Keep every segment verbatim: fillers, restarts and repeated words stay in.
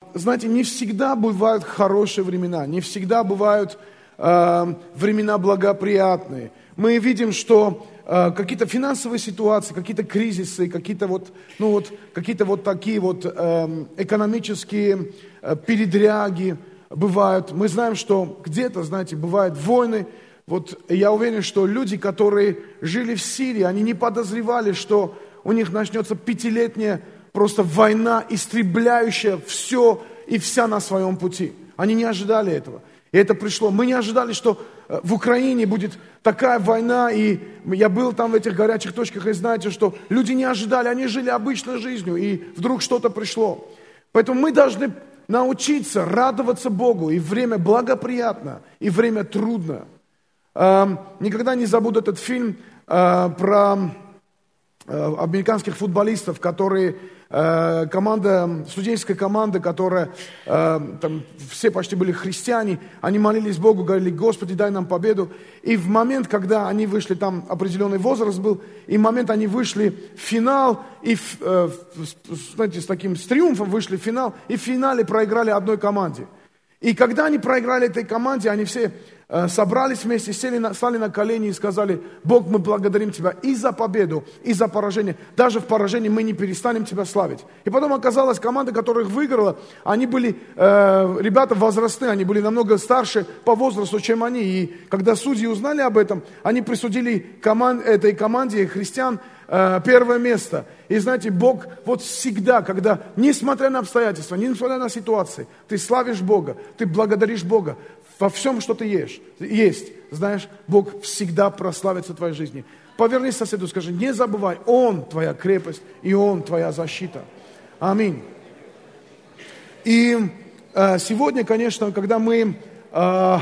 знаете, не всегда бывают хорошие времена, не всегда бывают э, времена благоприятные. Мы видим, что э, какие-то финансовые ситуации, какие-то кризисы, какие-то вот, ну вот, какие-то вот такие вот э, экономические э, передряги бывают. Мы знаем, что где-то, знаете, бывают войны. Вот я уверен, что люди, которые жили в Сирии, они не подозревали, что у них начнется пятилетняя просто война, истребляющая все и вся на своем пути. Они не ожидали этого. И это пришло. Мы не ожидали, что в Украине будет такая война. И я был там в этих горячих точках, и знаете, что люди не ожидали, они жили обычной жизнью, и вдруг что-то пришло. Поэтому мы должны научиться радоваться Богу. И время благоприятно, и время трудно. Никогда не забуду этот фильм про американских футболистов, которые, э, команда, студенческая команда, которая, э, там все почти были христиане, они молились Богу, говорили: Господи, дай нам победу. И в момент, когда они вышли, там определенный возраст был, и в момент они вышли в финал, и, э, знаете, с таким с триумфом вышли в финал, и в финале проиграли одной команде. И когда они проиграли этой команде, они все э, собрались вместе, сели на, стали на колени и сказали: Бог, мы благодарим Тебя и за победу, и за поражение. Даже в поражении мы не перестанем Тебя славить. И потом оказалось, команда, которая их выиграла, они были, э, ребята возрастные, они были намного старше по возрасту, чем они. И когда судьи узнали об этом, они присудили команд, этой команде христиан э, первое место. И знаете, Бог вот всегда, когда, несмотря на обстоятельства, несмотря на ситуации, ты славишь Бога, ты благодаришь Бога во всем, что ты ешь, есть, знаешь, Бог всегда прославится в твоей жизни. Повернись к соседу и скажи: не забывай, Он твоя крепость, и Он твоя защита. Аминь. И э, сегодня, конечно, когда мы, э,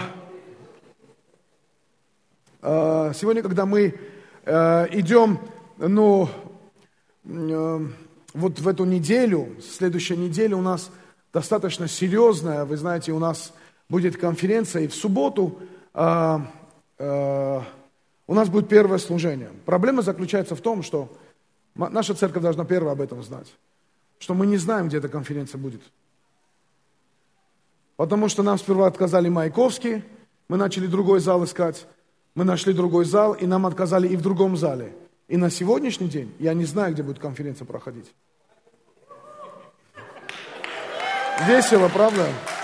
э, сегодня, когда мы э, идем, ну, вот в эту неделю, следующая неделя у нас достаточно серьезная. Вы знаете, у нас будет конференция, и в субботу э, э, у нас будет первое служение. Проблема заключается в том, что наша церковь должна первая об этом знать, что мы не знаем, где эта конференция будет. Потому что нам сперва отказали Маяковские, мы начали другой зал искать, мы нашли другой зал, и нам отказали и в другом зале. И на сегодняшний день я не знаю, где будет конференция проходить. Весело, правда?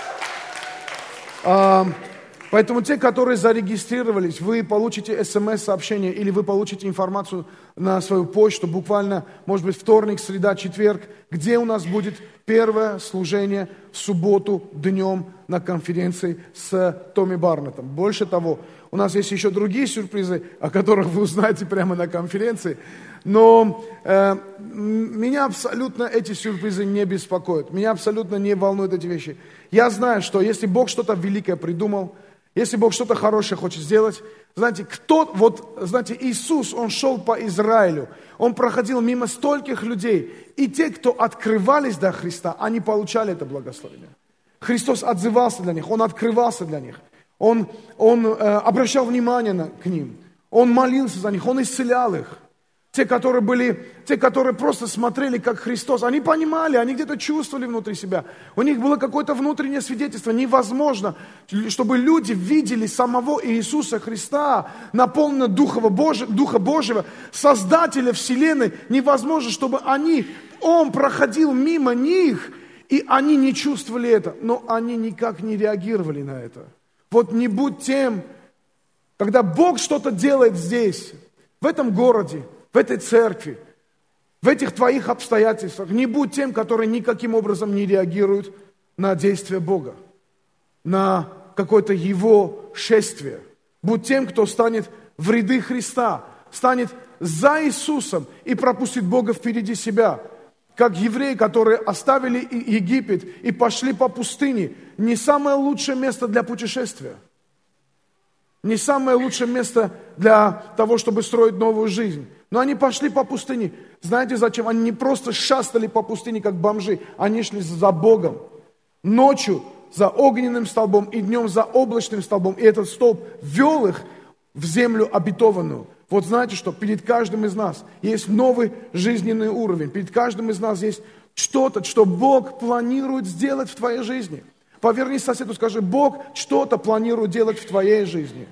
А, поэтому те, которые зарегистрировались, вы получите смс-сообщение или вы получите информацию на свою почту, буквально, может быть, вторник, среда, четверг, где у нас будет первое служение в субботу днем на конференции с Томми Барнеттом. Больше того, у нас есть еще другие сюрпризы, о которых вы узнаете прямо на конференции. Но э, меня абсолютно эти сюрпризы не беспокоят. Меня абсолютно не волнуют эти вещи. Я знаю, что если Бог что-то великое придумал, если Бог что-то хорошее хочет сделать, знаете, кто, вот, знаете, Иисус, Он шел по Израилю, Он проходил мимо стольких людей, и те, кто открывались до Христа, они получали это благословение. Христос отзывался для них, Он открывался для них. Он, он э, обращал внимание на, к ним. Он молился за них, Он исцелял их. Те, которые были, те, которые просто смотрели, как Христос, они понимали, они где-то чувствовали внутри себя. У них было какое-то внутреннее свидетельство. Невозможно, чтобы люди видели самого Иисуса Христа, наполненного Духа Божьего, Духа Божьего, Создателя Вселенной. Невозможно, чтобы они, Он проходил мимо них, и они не чувствовали это. Но они никак не реагировали на это. Вот не будь тем, когда Бог что-то делает здесь, в этом городе, в этой церкви, в этих твоих обстоятельствах, не будь тем, которые никаким образом не реагируют на действие Бога, на какое-то Его шествие. Будь тем, кто станет в ряды Христа, станет за Иисусом и пропустит Бога впереди себя. Как евреи, которые оставили Египет и пошли по пустыне. Не самое лучшее место для путешествия. Не самое лучшее место для того, чтобы строить новую жизнь. Но они пошли по пустыне. Знаете зачем? Они не просто шастали по пустыне, как бомжи. Они шли за Богом. Ночью за огненным столбом и днем за облачным столбом. И этот столб вел их в землю обетованную. Вот знаете что? Перед каждым из нас есть новый жизненный уровень. Перед каждым из нас есть что-то, что Бог планирует сделать в твоей жизни. Поверни соседу, скажи: Бог что-то планирует делать в твоей жизни.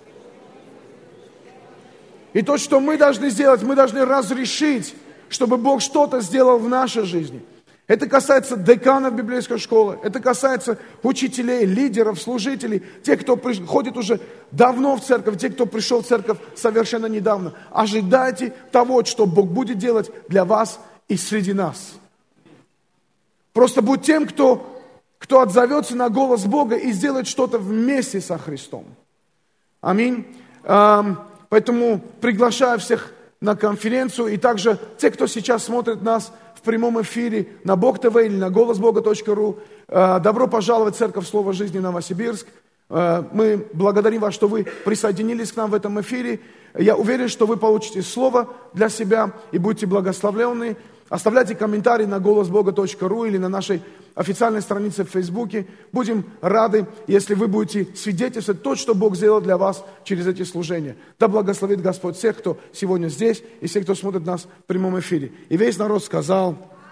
И то, что мы должны сделать, мы должны разрешить, чтобы Бог что-то сделал в нашей жизни. Это касается деканов библейской школы, это касается учителей, лидеров, служителей, тех, кто ходит уже давно в церковь, тех, кто пришел в церковь совершенно недавно. Ожидайте того, что Бог будет делать для вас и среди нас. Просто будь тем, кто, кто отзовется на голос Бога и сделает что-то вместе со Христом. Аминь. Поэтому приглашаю всех на конференцию, и также те, кто сейчас смотрит нас в прямом эфире на Бог ТВ или на голос бога точка ру, добро пожаловать в Церковь Слова Жизни Новосибирск. Мы благодарим вас, что вы присоединились к нам в этом эфире. Я уверен, что вы получите слово для себя и будете благословленны. Оставляйте комментарии на голос бога точка ру или на нашей официальной странице в Фейсбуке. Будем рады, если вы будете свидетельствовать то, что Бог сделал для вас через эти служения. Да благословит Господь всех, кто сегодня здесь, и всех, кто смотрит нас в прямом эфире. И весь народ сказал: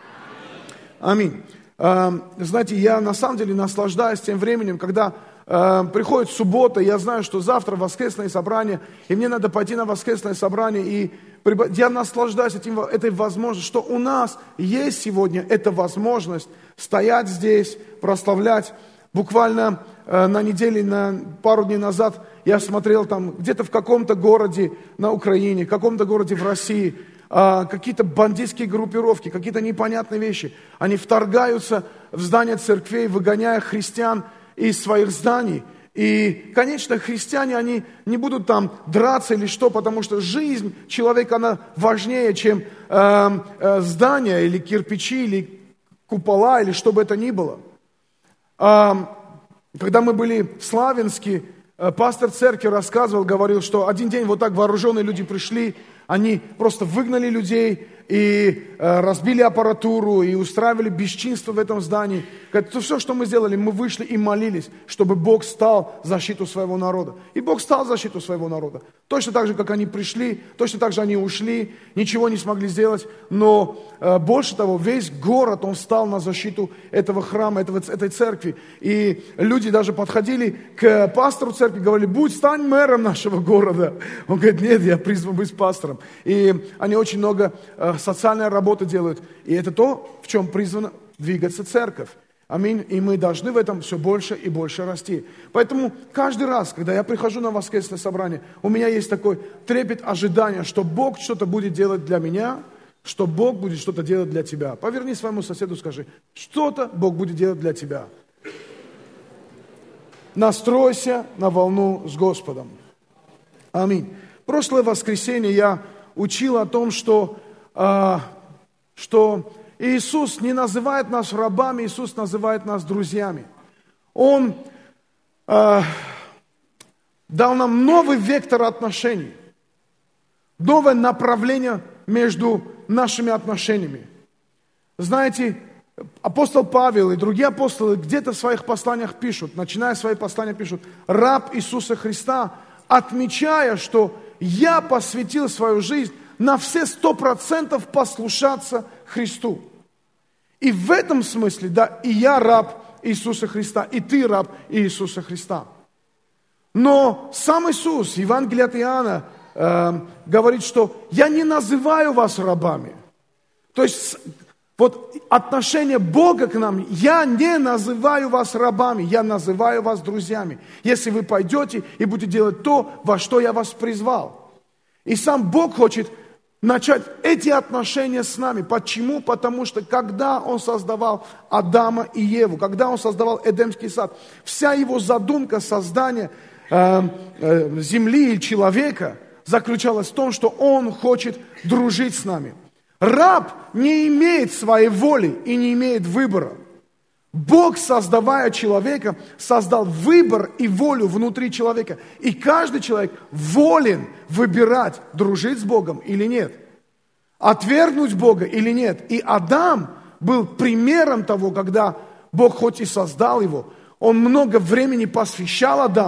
Аминь. Знаете, я на самом деле наслаждаюсь тем временем, когда приходит суббота, я знаю, что завтра воскресное собрание, и мне надо пойти на воскресное собрание, и я наслаждаюсь этим, этой возможностью, что у нас есть сегодня эта возможность стоять здесь, прославлять. Буквально э, на неделе, на пару дней назад я смотрел там где-то в каком-то городе на Украине, в каком-то городе в России, э, какие-то бандитские группировки, какие-то непонятные вещи. Они вторгаются в здания церквей, выгоняя христиан из своих зданий. И, конечно, христиане, они не будут там драться или что, потому что жизнь человека, она важнее, чем э, э, здания или кирпичи, или купола, или что бы это ни было. Э, когда мы были в Славянске, э, пастор церкви рассказывал, говорил, что один день вот так вооруженные люди пришли, они просто выгнали людей и э, разбили аппаратуру, и устраивали бесчинство в этом здании. Это все, что мы сделали, мы вышли и молились, чтобы Бог стал защиту своего народа. И Бог стал защиту своего народа. Точно так же, как они пришли, точно так же они ушли, ничего не смогли сделать. Но э, больше того, весь город, он стал на защиту этого храма, этого, этой церкви. И люди даже подходили к пастору церкви, говорили: будь, стань мэром нашего города. Он говорит: нет, я призван быть пастором. И они очень много э, социальной работы делают. И это то, в чем призвана двигаться церковь. Аминь. И мы должны в этом все больше и больше расти. Поэтому каждый раз, когда я прихожу на воскресное собрание, у меня есть такой трепет ожидания, что Бог что-то будет делать для меня, что Бог будет что-то делать для тебя. Поверни своему соседу, скажи: что-то Бог будет делать для тебя. Настройся на волну с Господом. Аминь. Прошлое воскресенье я учил о том, что, э, что Иисус не называет нас рабами, Иисус называет нас друзьями. Он э, дал нам новый вектор отношений, новое направление между нашими отношениями. Знаете, апостол Павел и другие апостолы где-то в своих посланиях пишут, начиная свои послания пишут: раб Иисуса Христа, отмечая, что я посвятил свою жизнь на все сто процентов послушаться Христу. И в этом смысле, да, и я раб Иисуса Христа, и ты раб Иисуса Христа. Но сам Иисус, Евангелие от Иоанна, э, говорит, что я не называю вас рабами. То есть вот отношение Бога к нам, я не называю вас рабами, я называю вас друзьями. Если вы пойдете и будете делать то, во что я вас призвал. И сам Бог хочет начать эти отношения с нами. Почему? Потому что когда Он создавал Адама и Еву, когда Он создавал Эдемский сад, вся Его задумка создания э, э, земли и человека заключалась в том, что Он хочет дружить с нами. Раб не имеет своей воли и не имеет выбора. Бог, создавая человека, создал выбор и волю внутри человека. И каждый человек волен выбирать, дружить с Богом или нет. Отвергнуть Бога или нет. И Адам был примером того, когда Бог хоть и создал его, он много времени посвящал Адаму.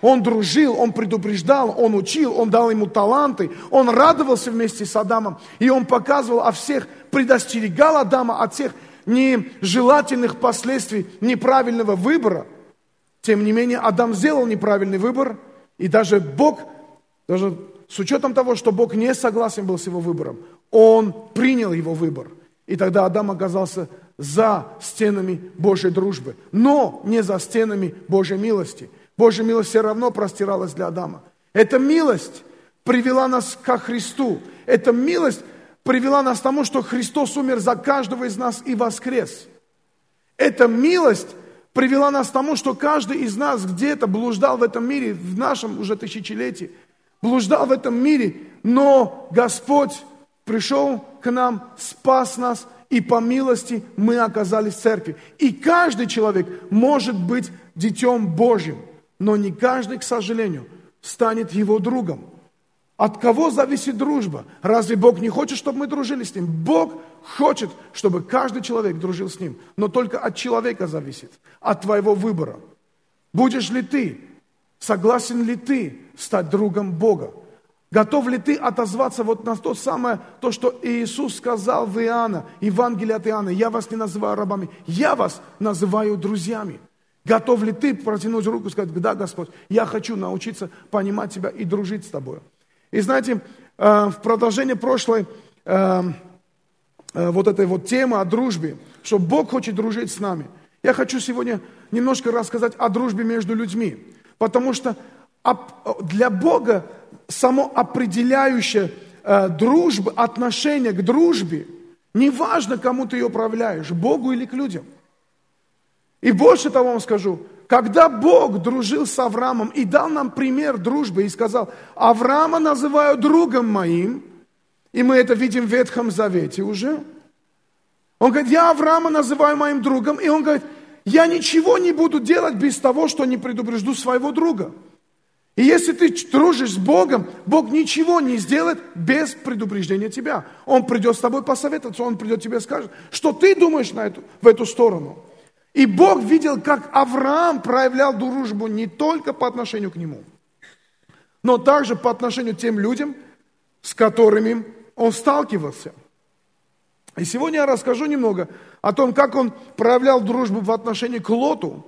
Он дружил, он предупреждал, он учил, он дал ему таланты, он радовался вместе с Адамом, и он показывал о всех, предостерегал Адама от всех нежелательных последствий неправильного выбора. Тем не менее, Адам сделал неправильный выбор, и даже Бог, даже с учетом того, что Бог не согласен был с его выбором, он принял его выбор. И тогда Адам оказался за стенами Божьей дружбы, но не за стенами Божьей милости. Божья милость все равно простиралась для Адама. Эта милость привела нас ко Христу. Эта милость привела нас к тому, что Христос умер за каждого из нас и воскрес. Эта милость привела нас к тому, что каждый из нас где-то блуждал в этом мире, в нашем уже тысячелетии, блуждал в этом мире, но Господь пришел к нам, спас нас, и по милости мы оказались в церкви. И каждый человек может быть детем Божьим, но не каждый, к сожалению, станет его другом. От кого зависит дружба? Разве Бог не хочет, чтобы мы дружили с Ним? Бог хочет, чтобы каждый человек дружил с Ним, но только от человека зависит, от твоего выбора. Будешь ли ты, согласен ли ты стать другом Бога? Готов ли ты отозваться вот на то самое, то, что Иисус сказал в Иоанна, Евангелие от Иоанна: «Я вас не называю рабами, я вас называю друзьями». Готов ли ты протянуть руку и сказать: «Да, Господь, я хочу научиться понимать Тебя и дружить с Тобой». И знаете, в продолжение прошлой вот этой вот темы о дружбе, что Бог хочет дружить с нами, я хочу сегодня немножко рассказать о дружбе между людьми. Потому что для Бога само определяющее дружба, отношение к дружбе, неважно, кому ты ее проявляешь, Богу или к людям. И больше того вам скажу, когда Бог дружил с Авраамом и дал нам пример дружбы и сказал: «Авраама называю другом моим», и мы это видим в Ветхом Завете уже, он говорит: «Я Авраама называю моим другом», и он говорит: «Я ничего не буду делать без того, что не предупрежду своего друга». И если ты дружишь с Богом, Бог ничего не сделает без предупреждения тебя. Он придет с тобой посоветоваться, Он придет тебе и скажет, что ты думаешь на эту, в эту сторону. И Бог видел, как Авраам проявлял дружбу не только по отношению к нему, но также по отношению к тем людям, с которыми он сталкивался. И сегодня я расскажу немного о том, как он проявлял дружбу в отношении к Лоту.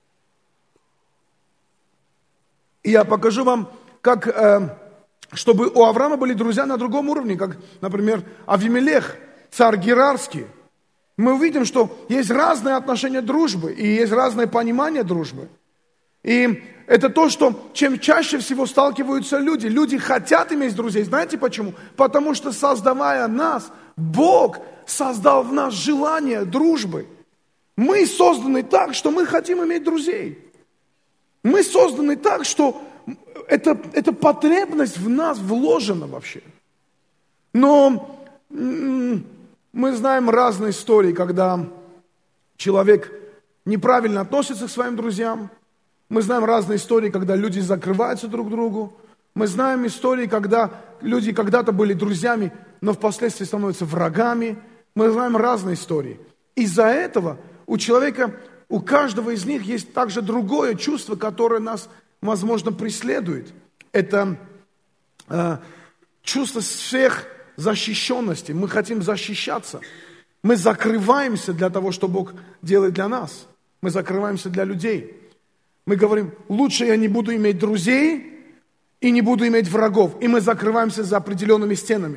И я покажу вам, как, э, чтобы у Авраама были друзья на другом уровне, как, например, Авимелех, царь Герарский. Мы увидим, что есть разные отношения дружбы, и есть разное понимание дружбы. И это то, что чем чаще всего сталкиваются люди. Люди хотят иметь друзей. Знаете почему? Потому что, создавая нас, Бог создал в нас желание дружбы. Мы созданы так, что мы хотим иметь друзей. Мы созданы так, что это, эта потребность в нас вложена вообще. Но мы знаем разные истории, когда человек неправильно относится к своим друзьям. Мы знаем разные истории, когда люди закрываются друг другу. Мы знаем истории, когда люди когда-то были друзьями, но впоследствии становятся врагами. Мы знаем разные истории. Из-за этого у человека, у каждого из них есть также другое чувство, которое нас, возможно, преследует. Это э, чувство сверхзащищенности. Мы хотим защищаться. Мы закрываемся для того, что Бог делает для нас. Мы закрываемся для людей. Мы говорим: лучше я не буду иметь друзей и не буду иметь врагов. И мы закрываемся за определенными стенами.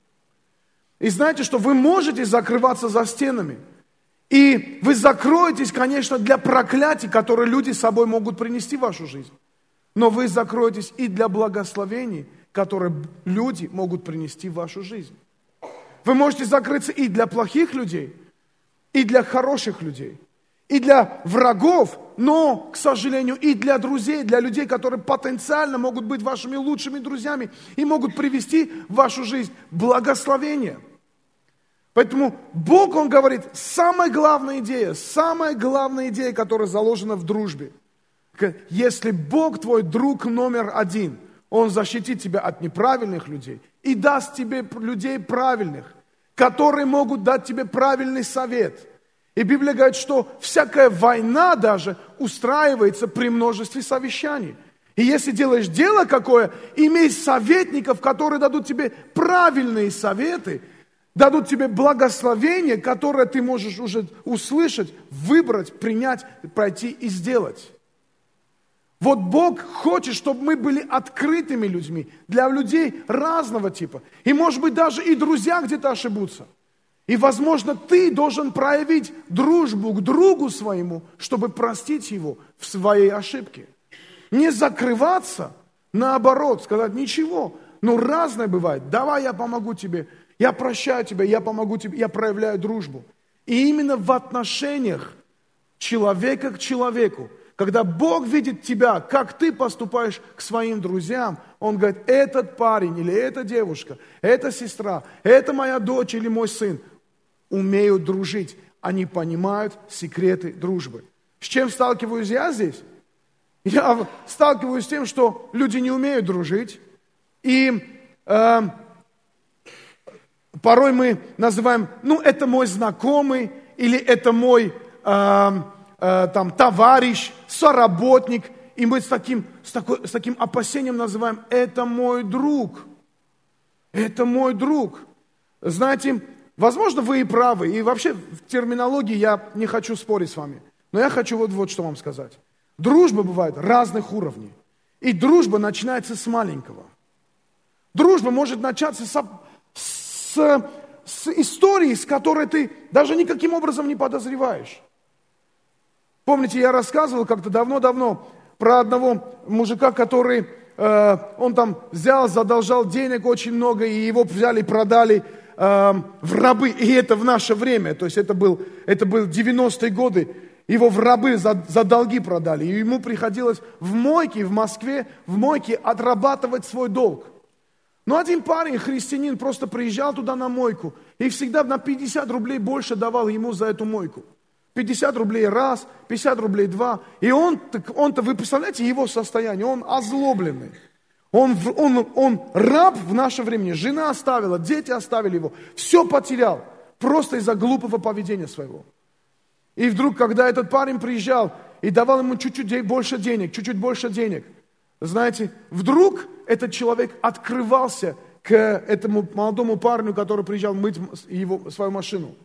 И знаете, что вы можете закрываться за стенами. И вы закроетесь, конечно, для проклятий, которые люди с собой могут принести в вашу жизнь. Но вы закроетесь и для благословений, которые люди могут принести в вашу жизнь. Вы можете закрыться и для плохих людей, и для хороших людей, и для врагов, но, к сожалению, и для друзей, для людей, которые потенциально могут быть вашими лучшими друзьями и могут привести в вашу жизнь благословение. Поэтому Бог, Он говорит, самая главная идея, самая главная идея, которая заложена в дружбе. Если Бог твой друг номер один, Он защитит тебя от неправильных людей и даст тебе людей правильных, которые могут дать тебе правильный совет. И Библия говорит, что всякая война даже устраивается при множестве совещаний. И если делаешь дело какое, имей советников, которые дадут тебе правильные советы, дадут тебе благословение, которое ты можешь уже услышать, выбрать, принять, пройти и сделать. Вот Бог хочет, чтобы мы были открытыми людьми для людей разного типа. И, может быть, даже и друзья где-то ошибутся. И, возможно, ты должен проявить дружбу к другу своему, чтобы простить его в своей ошибке. Не закрываться, наоборот, сказать, ничего, ну разное бывает, давай я помогу тебе, я прощаю тебя, я помогу тебе, я проявляю дружбу. И именно в отношениях человека к человеку, когда Бог видит тебя, как ты поступаешь к своим друзьям, Он говорит, этот парень или эта девушка, эта сестра, это моя дочь или мой сын, умеют дружить, они понимают секреты дружбы. С чем сталкиваюсь я здесь? Я сталкиваюсь с тем, что люди не умеют дружить, и э, порой мы называем, ну, это мой знакомый, или это мой э, э, там, товарищ, соработник, и мы с таким, с, такой, с таким опасением называем, это мой друг, это мой друг. Знаете, возможно, вы и правы, и вообще в терминологии я не хочу спорить с вами, но я хочу вот, вот что вам сказать. Дружба бывает разных уровней. И дружба начинается с маленького. Дружба может начаться с, с, с истории, с которой ты даже никаким образом не подозреваешь. Помните, я рассказывал как-то давно-давно про одного мужика, который, э, он там взял, задолжал денег очень много, и его взяли, продали э, в рабы. И это в наше время, то есть это был, это был девяностые годы. Его в рабы за, за долги продали. И ему приходилось в мойке в Москве, в мойке отрабатывать свой долг. Но один парень, христианин, просто приезжал туда на мойку и всегда на пятьдесят рублей больше давал ему за эту мойку. пятьдесят рублей раз, пятьдесят рублей два. И он, он-то, вы представляете его состояние, он озлобленный. Он, он, он раб в наше время, жена оставила, дети оставили его. Все потерял, просто из-за глупого поведения своего. И вдруг, когда этот парень приезжал и давал ему чуть-чуть больше денег, чуть-чуть больше денег, знаете, вдруг этот человек открывался к этому молодому парню, который приезжал мыть его, свою машину.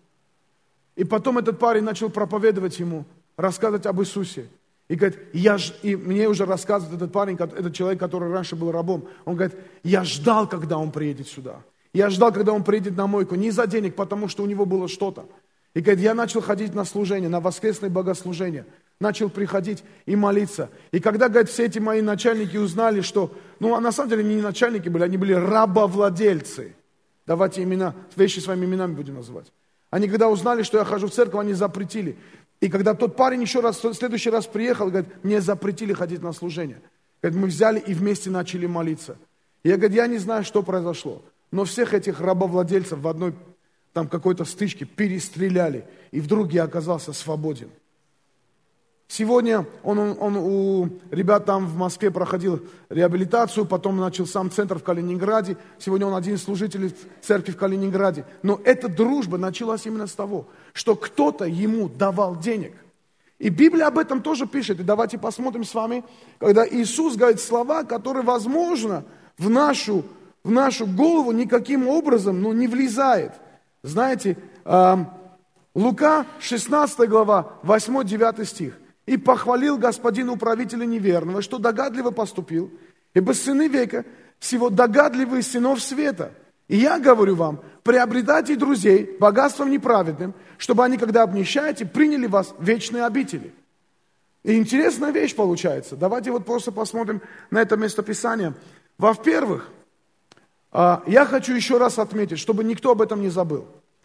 И потом этот парень начал проповедовать ему, рассказывать об Иисусе. И говорит, я ж... и мне уже рассказывает этот парень, этот человек, который раньше был рабом, он говорит, я ждал, когда он приедет сюда. Я ждал, когда он приедет на мойку, не за денег, потому что у него было что-то. И говорит, я начал ходить на служение, на воскресные богослужения. Начал приходить и молиться. И когда, говорит, все эти мои начальники узнали, что... Ну, а на самом деле не начальники были, они были рабовладельцы. Давайте имена, вещи своими именами будем называть. Они когда узнали, что я хожу в церковь, они запретили. И когда тот парень еще раз, в следующий раз приехал, говорит, мне запретили ходить на служение. Говорит, мы взяли и вместе начали молиться. И я, говорит, я не знаю, что произошло. Но всех этих рабовладельцев в одной... там какой-то стычке перестреляли, и вдруг я оказался свободен. Сегодня он, он, он у ребят там в Москве проходил реабилитацию, потом начал сам центр в Калининграде. Сегодня он один из служителей церкви в Калининграде. Но эта дружба началась именно с того, что кто-то ему давал денег. И Библия об этом тоже пишет. И давайте посмотрим с вами, когда Иисус говорит слова, которые, возможно, в нашу, в нашу голову никаким образом, ну, не влезает. Знаете, Лука, шестнадцатая глава, восьмой-девятый стих. «И похвалил господин управителя неверного, что догадливо поступил, ибо сыны века всего догадливые сынов света. И я говорю вам, приобретайте друзей богатством неправедным, чтобы они, когда обнищаете, приняли вас в вечные обители». И интересная вещь получается. Давайте вот просто посмотрим на это местописание. Во-первых, я хочу еще раз отметить, чтобы никто об этом не забыл.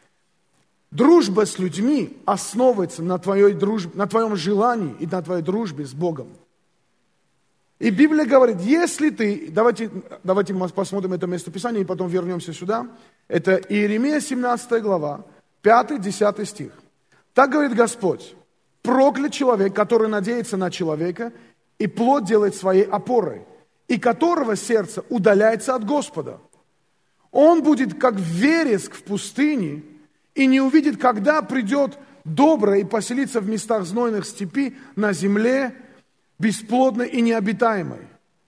Дружба с людьми основывается на, твоей дружбе, на твоем желании и на твоей дружбе с Богом. И Библия говорит, если ты... Давайте, давайте мы посмотрим это местописание и потом вернемся сюда. Это Иеремия, семнадцатая глава, пятый-десятый стих. Так говорит Господь, проклят человек, который надеется на человека и плоть делает своей опорой, и которого сердце удаляется от Господа. Он будет как вереск в пустыне, и не увидит, когда придет доброе и поселится в местах знойных степи на земле бесплодной и необитаемой.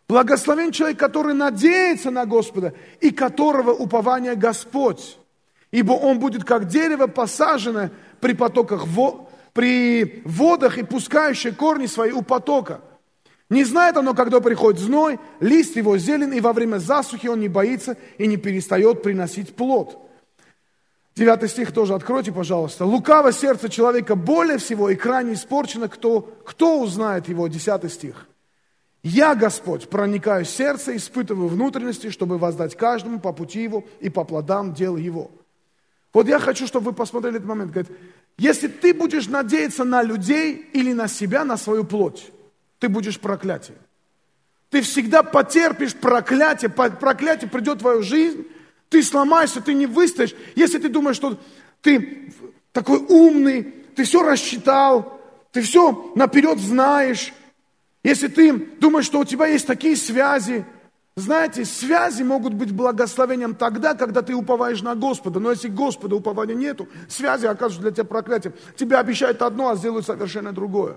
Благословен человек, который надеется на Господа и которого упование Господь. Ибо он будет как дерево, посаженное при потоках, при водах и пускающее корни свои у потока. Не знает оно, когда приходит зной, лист его зелен, и во время засухи он не боится и не перестает приносить плод. Девятый стих тоже откройте, пожалуйста. Лукаво сердце человека более всего и крайне испорчено, кто, кто узнает его? Десятый стих. Я, Господь, проникаю в сердце, испытываю внутренности, чтобы воздать каждому по пути его и по плодам дел его. Вот я хочу, чтобы вы посмотрели этот момент. Говорит, если ты будешь надеяться на людей или на себя, на свою плоть, ты будешь проклятие. Ты всегда потерпишь проклятие, проклятие придет в твою жизнь, ты сломаешься, ты не выстоишь. Если ты думаешь, что ты такой умный, ты все рассчитал, ты все наперед знаешь, если ты думаешь, что у тебя есть такие связи, знаете, связи могут быть благословением тогда, когда ты уповаешь на Господа. Но если Господа упования нету, связи окажутся для тебя проклятием. Тебе обещают одно, а сделают совершенно другое.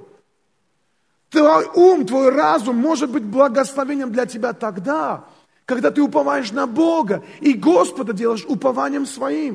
Твой ум, твой разум может быть благословением для тебя тогда, когда ты уповаешь на Бога и Господа делаешь упованием своим.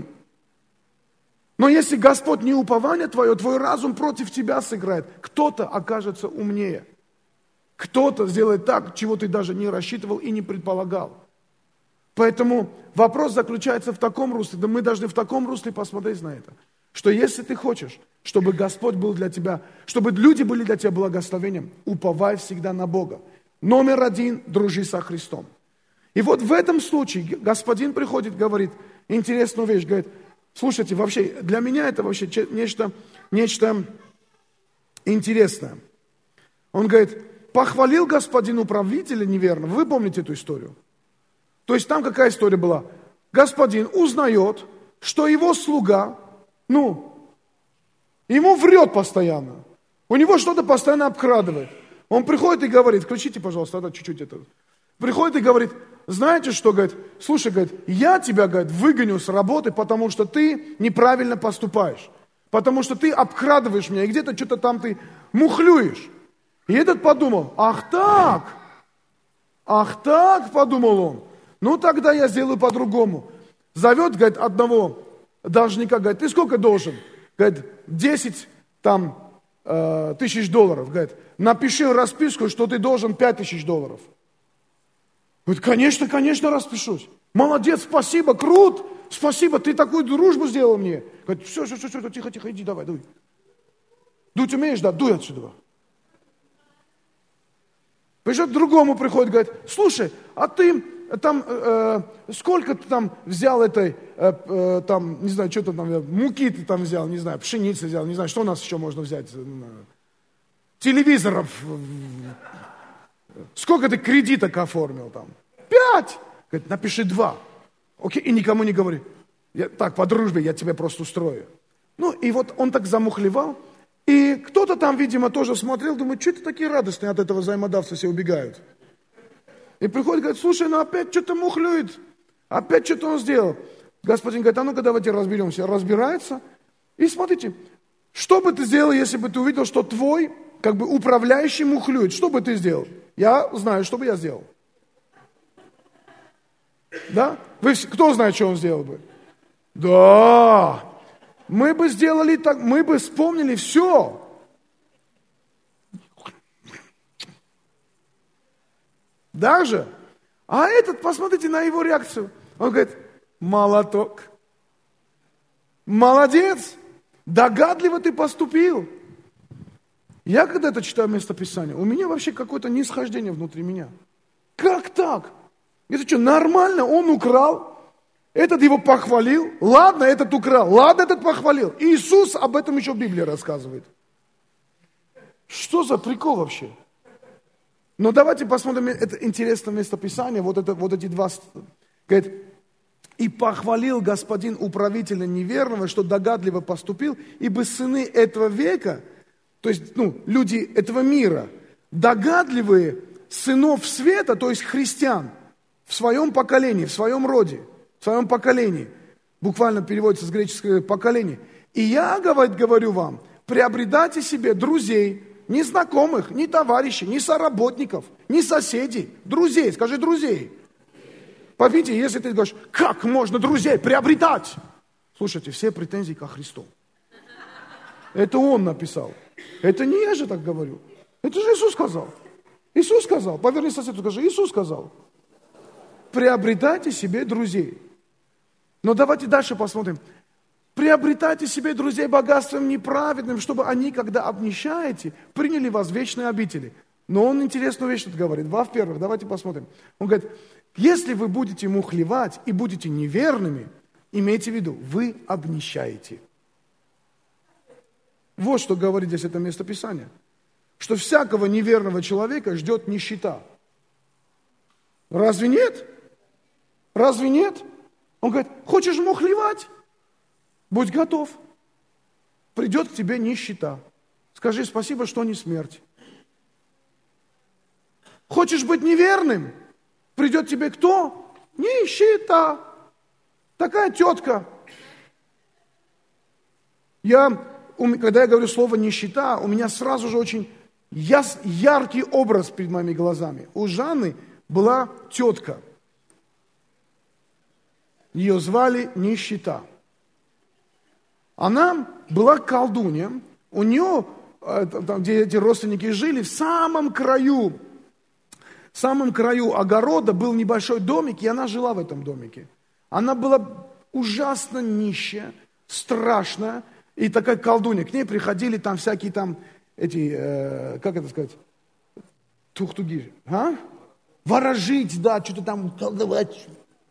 Но если Господь не упование твое, твой разум против тебя сыграет. Кто-то окажется умнее. Кто-то сделает так, чего ты даже не рассчитывал и не предполагал. Поэтому вопрос заключается в таком русле, да мы должны в таком русле посмотреть на это, что если ты хочешь, чтобы Господь был для тебя, чтобы люди были для тебя благословением, уповай всегда на Бога. Номер один, дружи со Христом. И вот в этом случае Господин приходит, говорит интересную вещь, говорит, слушайте, вообще для меня это вообще нечто, нечто интересное. Он говорит, похвалил господин управителя неверно. Вы помните эту историю? То есть там какая история была? Господин узнает, что его слуга, ну, ему врет постоянно. У него что-то постоянно обкрадывает. Он приходит и говорит, включите, пожалуйста, да, чуть-чуть это. Приходит и говорит, знаете что, говорит, слушай, говорит, я тебя, говорит, выгоню с работы, потому что ты неправильно поступаешь. Потому что ты обкрадываешь меня, и где-то что-то там ты мухлюешь. И этот подумал, ах так, ах так, подумал он, ну тогда я сделаю по-другому. Зовет, говорит, одного должника, говорит, ты сколько должен? Говорит, десять там, э, тысяч долларов. Говорит, напиши расписку, что ты должен пять тысяч долларов. Говорит, конечно, конечно, распишусь. Молодец, спасибо, крут, спасибо, ты такую дружбу сделал мне. Говорит, все, все, все, все, тихо, тихо, иди, давай, дуй. Дуть умеешь, да, дуй отсюда. Придет к другому, приходит, говорит, слушай, а ты там, э, сколько ты там взял этой, э, э, там, не знаю, что-то там, муки ты там взял, не знаю, пшеницы взял, не знаю, что у нас еще можно взять, телевизоров, сколько ты кредиток оформил там? Пять! Говорит, напиши два. Окей, и никому не говори. Я, так, по дружбе я тебя просто устрою. Ну, и вот он так замухлевал. И кто-то там, видимо, тоже смотрел, думает, что это такие радостные от этого взаимодавца все убегают. И приходит, говорит, слушай, ну опять что-то мухлюет, опять что-то он сделал. Господин говорит, а ну-ка давайте разберемся. Разбирается. И смотрите, что бы ты сделал, если бы ты увидел, что твой, как бы, управляющий мухлюет? Что бы ты сделал? Я знаю, что бы я сделал. Да? Вы, кто знает, что он сделал бы? Да. Мы бы сделали так, мы бы вспомнили все. Даже. А этот, посмотрите на его реакцию. Он говорит, молоток. Молодец. Догадливо ты поступил. Я когда это читаю местописание, у меня вообще какое-то нисхождение внутри меня. Как так? Это что, нормально? Он украл. Этот его похвалил. Ладно, этот украл. Ладно, этот похвалил. Иисус об этом еще в Библии рассказывает. Что за прикол вообще? Но давайте посмотрим, это интересное местописание, вот, это, вот эти два. Говорит, и похвалил господин управителя неверного, что догадливо поступил, ибо сыны этого века, то есть ну, люди этого мира, догадливые сынов света, то есть христиан, в своем поколении, в своем роде, в своем поколении, буквально переводится с греческого поколения. И я, говорит, говорю вам, приобретайте себе друзей, Ни знакомых, ни товарищей, ни соработников, ни соседей. Друзей, скажи друзей. Поймите, если ты говоришь, как можно друзей приобретать? Слушайте, все претензии ко Христу. Это Он написал. Это не я же так говорю. Это же Иисус сказал. Иисус сказал. Поверни соседу, скажи, Иисус сказал. Приобретайте себе друзей. Но давайте дальше посмотрим. Приобретайте себе друзей богатством неправедным, чтобы они, когда обнищаете, приняли вас в вечные обители. Но он интересную вещь тут говорит. Во-первых, давайте посмотрим. Он говорит, если вы будете мухлевать и будете неверными, имейте в виду, вы обнищаете. Вот что говорит здесь это местописание. Что всякого неверного человека ждет нищета. Разве нет? Разве нет? Он говорит, хочешь мухлевать? Будь готов. Придет к тебе нищета. Скажи спасибо, что не смерть. Хочешь быть неверным? Придет тебе кто? Нищета. Такая тетка. Я, когда я говорю слово нищета, у меня сразу же очень яс, яркий образ перед моими глазами. У Жанны была тетка. Ее звали Нищета. Она была колдунья. У нее, там, где эти родственники жили, в самом краю, в самом краю огорода был небольшой домик, и она жила в этом домике. Она была ужасно нищая, страшная, и такая колдунья. К ней приходили там всякие там, эти, э, как это сказать, тухтуги, а? Ворожить, да, что-то там колдовать.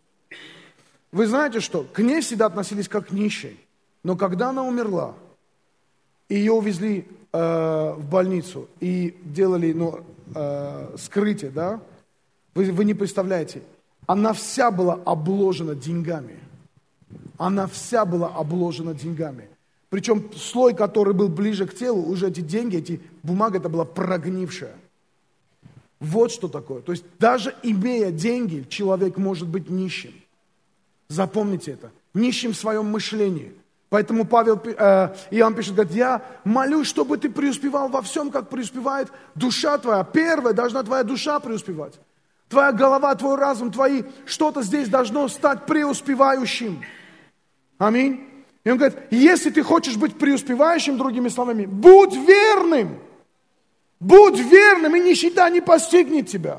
Вы знаете что? К ней всегда относились как к нищей. Но когда она умерла, ее увезли э, в больницу и делали ну, э, скрытие, да? Вы, вы не представляете. Она вся была обложена деньгами. Она вся была обложена деньгами. Причем слой, который был ближе к телу, уже эти деньги, эти бумага, это была прогнившая. Вот что такое. То есть даже имея деньги, человек может быть нищим. Запомните это. Нищим в своем мышлении. Поэтому Павел, э, Иоанн пишет, говорит, я молюсь, чтобы ты преуспевал во всем, как преуспевает душа твоя. Первое, должна твоя душа преуспевать. Твоя голова, твой разум, твои, что-то здесь должно стать преуспевающим. Аминь. И он говорит, если ты хочешь быть преуспевающим, другими словами, будь верным. Будь верным, и нищета не постигнет тебя.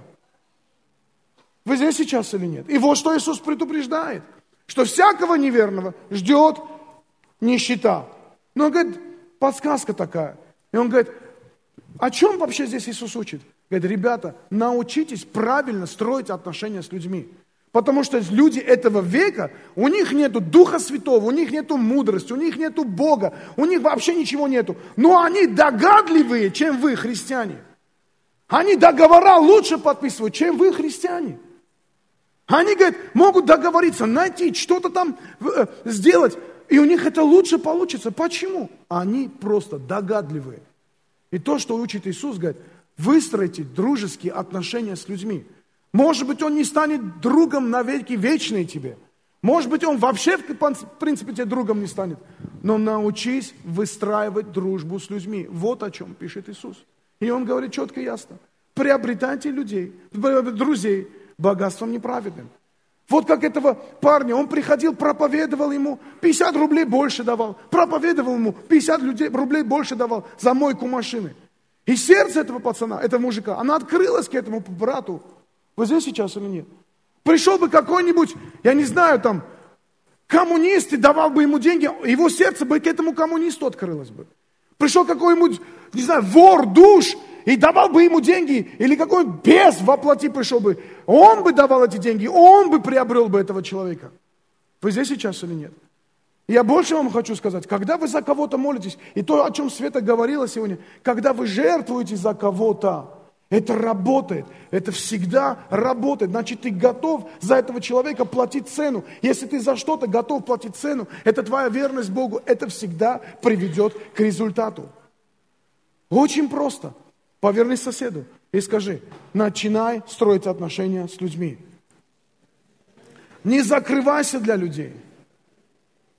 Вы здесь сейчас или нет? И вот что Иисус предупреждает, что всякого неверного ждет нищета. Но он говорит, подсказка такая. И он говорит, о чем вообще здесь Иисус учит? Говорит, ребята, научитесь правильно строить отношения с людьми. Потому что люди этого века, у них нету Духа Святого, у них нету мудрости, у них нету Бога, у них вообще ничего нету. Но они догадливые, чем вы, христиане. Они договора лучше подписывают, чем вы, христиане. Они, говорят, могут договориться, найти, что-то там э, сделать, и у них это лучше получится. Почему? Они просто догадливые. И то, что учит Иисус, говорит, выстроите дружеские отношения с людьми. Может быть, он не станет другом навеки вечной тебе. Может быть, он вообще, в принципе, тебе другом не станет. Но научись выстраивать дружбу с людьми. Вот о чем пишет Иисус. И он говорит четко и ясно. Приобретайте людей, друзей богатством неправедным. Вот как этого парня, он приходил, проповедовал ему, пятьдесят рублей больше давал. Проповедовал ему, пятьдесят рублей больше давал за мойку машины. И сердце этого пацана, этого мужика, оно открылось к этому брату. Вы здесь сейчас или нет? Пришел бы какой-нибудь, я не знаю, там, коммунист и давал бы ему деньги, его сердце бы к этому коммунисту открылось бы. Пришел какой-нибудь, не знаю, вор, душ, и давал бы ему деньги, или какой бес воплоти пришел бы, он бы давал эти деньги, он бы приобрел бы этого человека. Вы здесь сейчас или нет? Я больше вам хочу сказать, когда вы за кого-то молитесь, и то, о чем Света говорила сегодня, когда вы жертвуете за кого-то, это работает, это всегда работает. Значит, ты готов за этого человека платить цену. Если ты за что-то готов платить цену, это твоя верность Богу, это всегда приведет к результату. Очень просто. Повернись к соседу и скажи, начинай строить отношения с людьми. Не закрывайся для людей.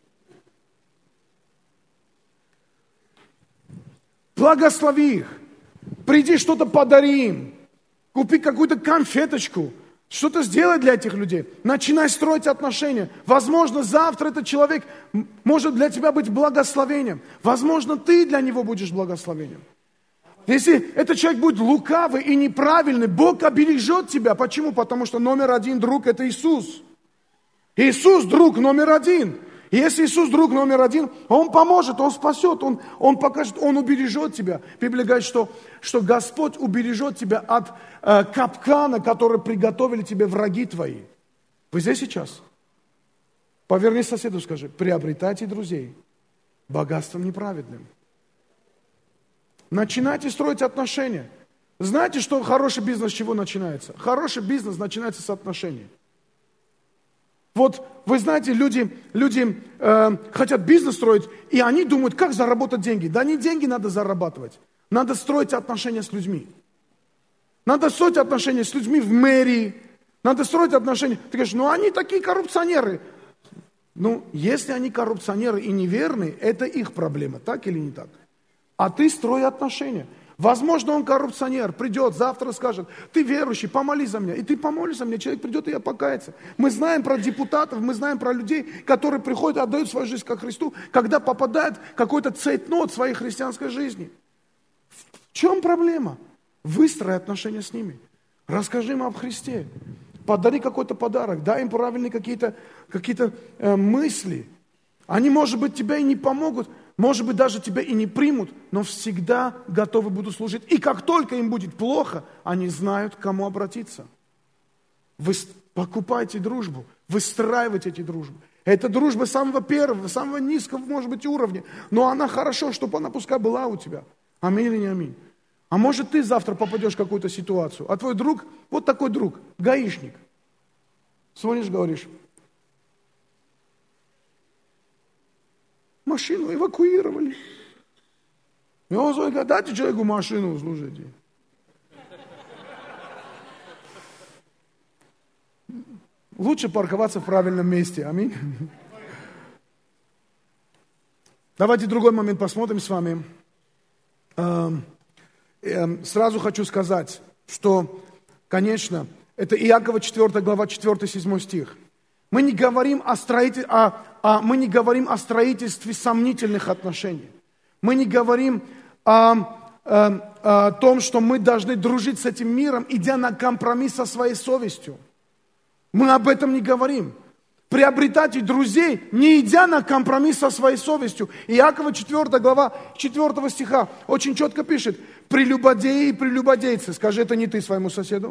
Благослови их. Приди, что-то подари им. Купи какую-то конфеточку. Что-то сделай для этих людей. Начинай строить отношения. Возможно, завтра этот человек может для тебя быть благословением. Возможно, ты для него будешь благословением. Если этот человек будет лукавый и неправильный, Бог обережет тебя. Почему? Потому что номер один друг – это Иисус. Иисус – друг номер один. И если Иисус друг номер один, Он поможет, Он спасет, Он, он покажет, Он убережет тебя. Библия говорит, что, что Господь убережет тебя от э, капкана, который приготовили тебе враги твои. Вы здесь сейчас? Поверни соседу, скажи, приобретайте друзей богатством неправедным. Начинайте строить отношения. Знаете, что хороший бизнес с чего начинается? Хороший бизнес начинается с отношений. Вот вы знаете, люди, люди э, хотят бизнес строить, и они думают, как заработать деньги. Да не деньги надо зарабатывать. Надо строить отношения с людьми. Надо строить отношения с людьми в мэрии. Надо строить отношения. Ты говоришь, ну они такие коррупционеры. Ну, если они коррупционеры и неверные, это их проблема, так или не так? А ты строй отношения. Возможно, он коррупционер, придет, завтра скажет, ты верующий, помолись за меня. И ты помолишься за меня, человек придет и покается. Мы знаем про депутатов, мы знаем про людей, которые приходят и отдают свою жизнь ко Христу, когда попадает какой-то цейтнот в своей христианской жизни. В чем проблема? Выстрой отношения с ними. Расскажи им об Христе. Подари какой-то подарок, дай им правильные какие-то, какие-то э, мысли. Они, может быть, тебя и не помогут, может быть, даже тебя и не примут, но всегда готовы будут служить. И как только им будет плохо, они знают, к кому обратиться. Вы покупайте дружбу, выстраивайте эти дружбы. Это дружба самого первого, самого низкого, может быть, уровня. Но она хорошо, чтобы она пускай была у тебя. Аминь или не аминь. А может, ты завтра попадешь в какую-то ситуацию, а твой друг, вот такой друг, гаишник. Звонишь, говоришь, машину эвакуировали. И он говорит, дайте человеку машину, слушайте. Лучше парковаться в правильном месте. Аминь. Давайте другой момент посмотрим с вами. Сразу хочу сказать, что, конечно, это Иакова четвёртая глава, четвёртый-седьмой стих. Мы не говорим о строитель, о, о, мы не говорим о строительстве сомнительных отношений. Мы не говорим о, о, о том, что мы должны дружить с этим миром, идя на компромисс со своей совестью. Мы об этом не говорим. Приобретайте друзей, не идя на компромисс со своей совестью. Иакова четвёртая глава, четвёртого стиха очень четко пишет: прелюбодеи и прелюбодейцы. Скажи, это не ты своему соседу?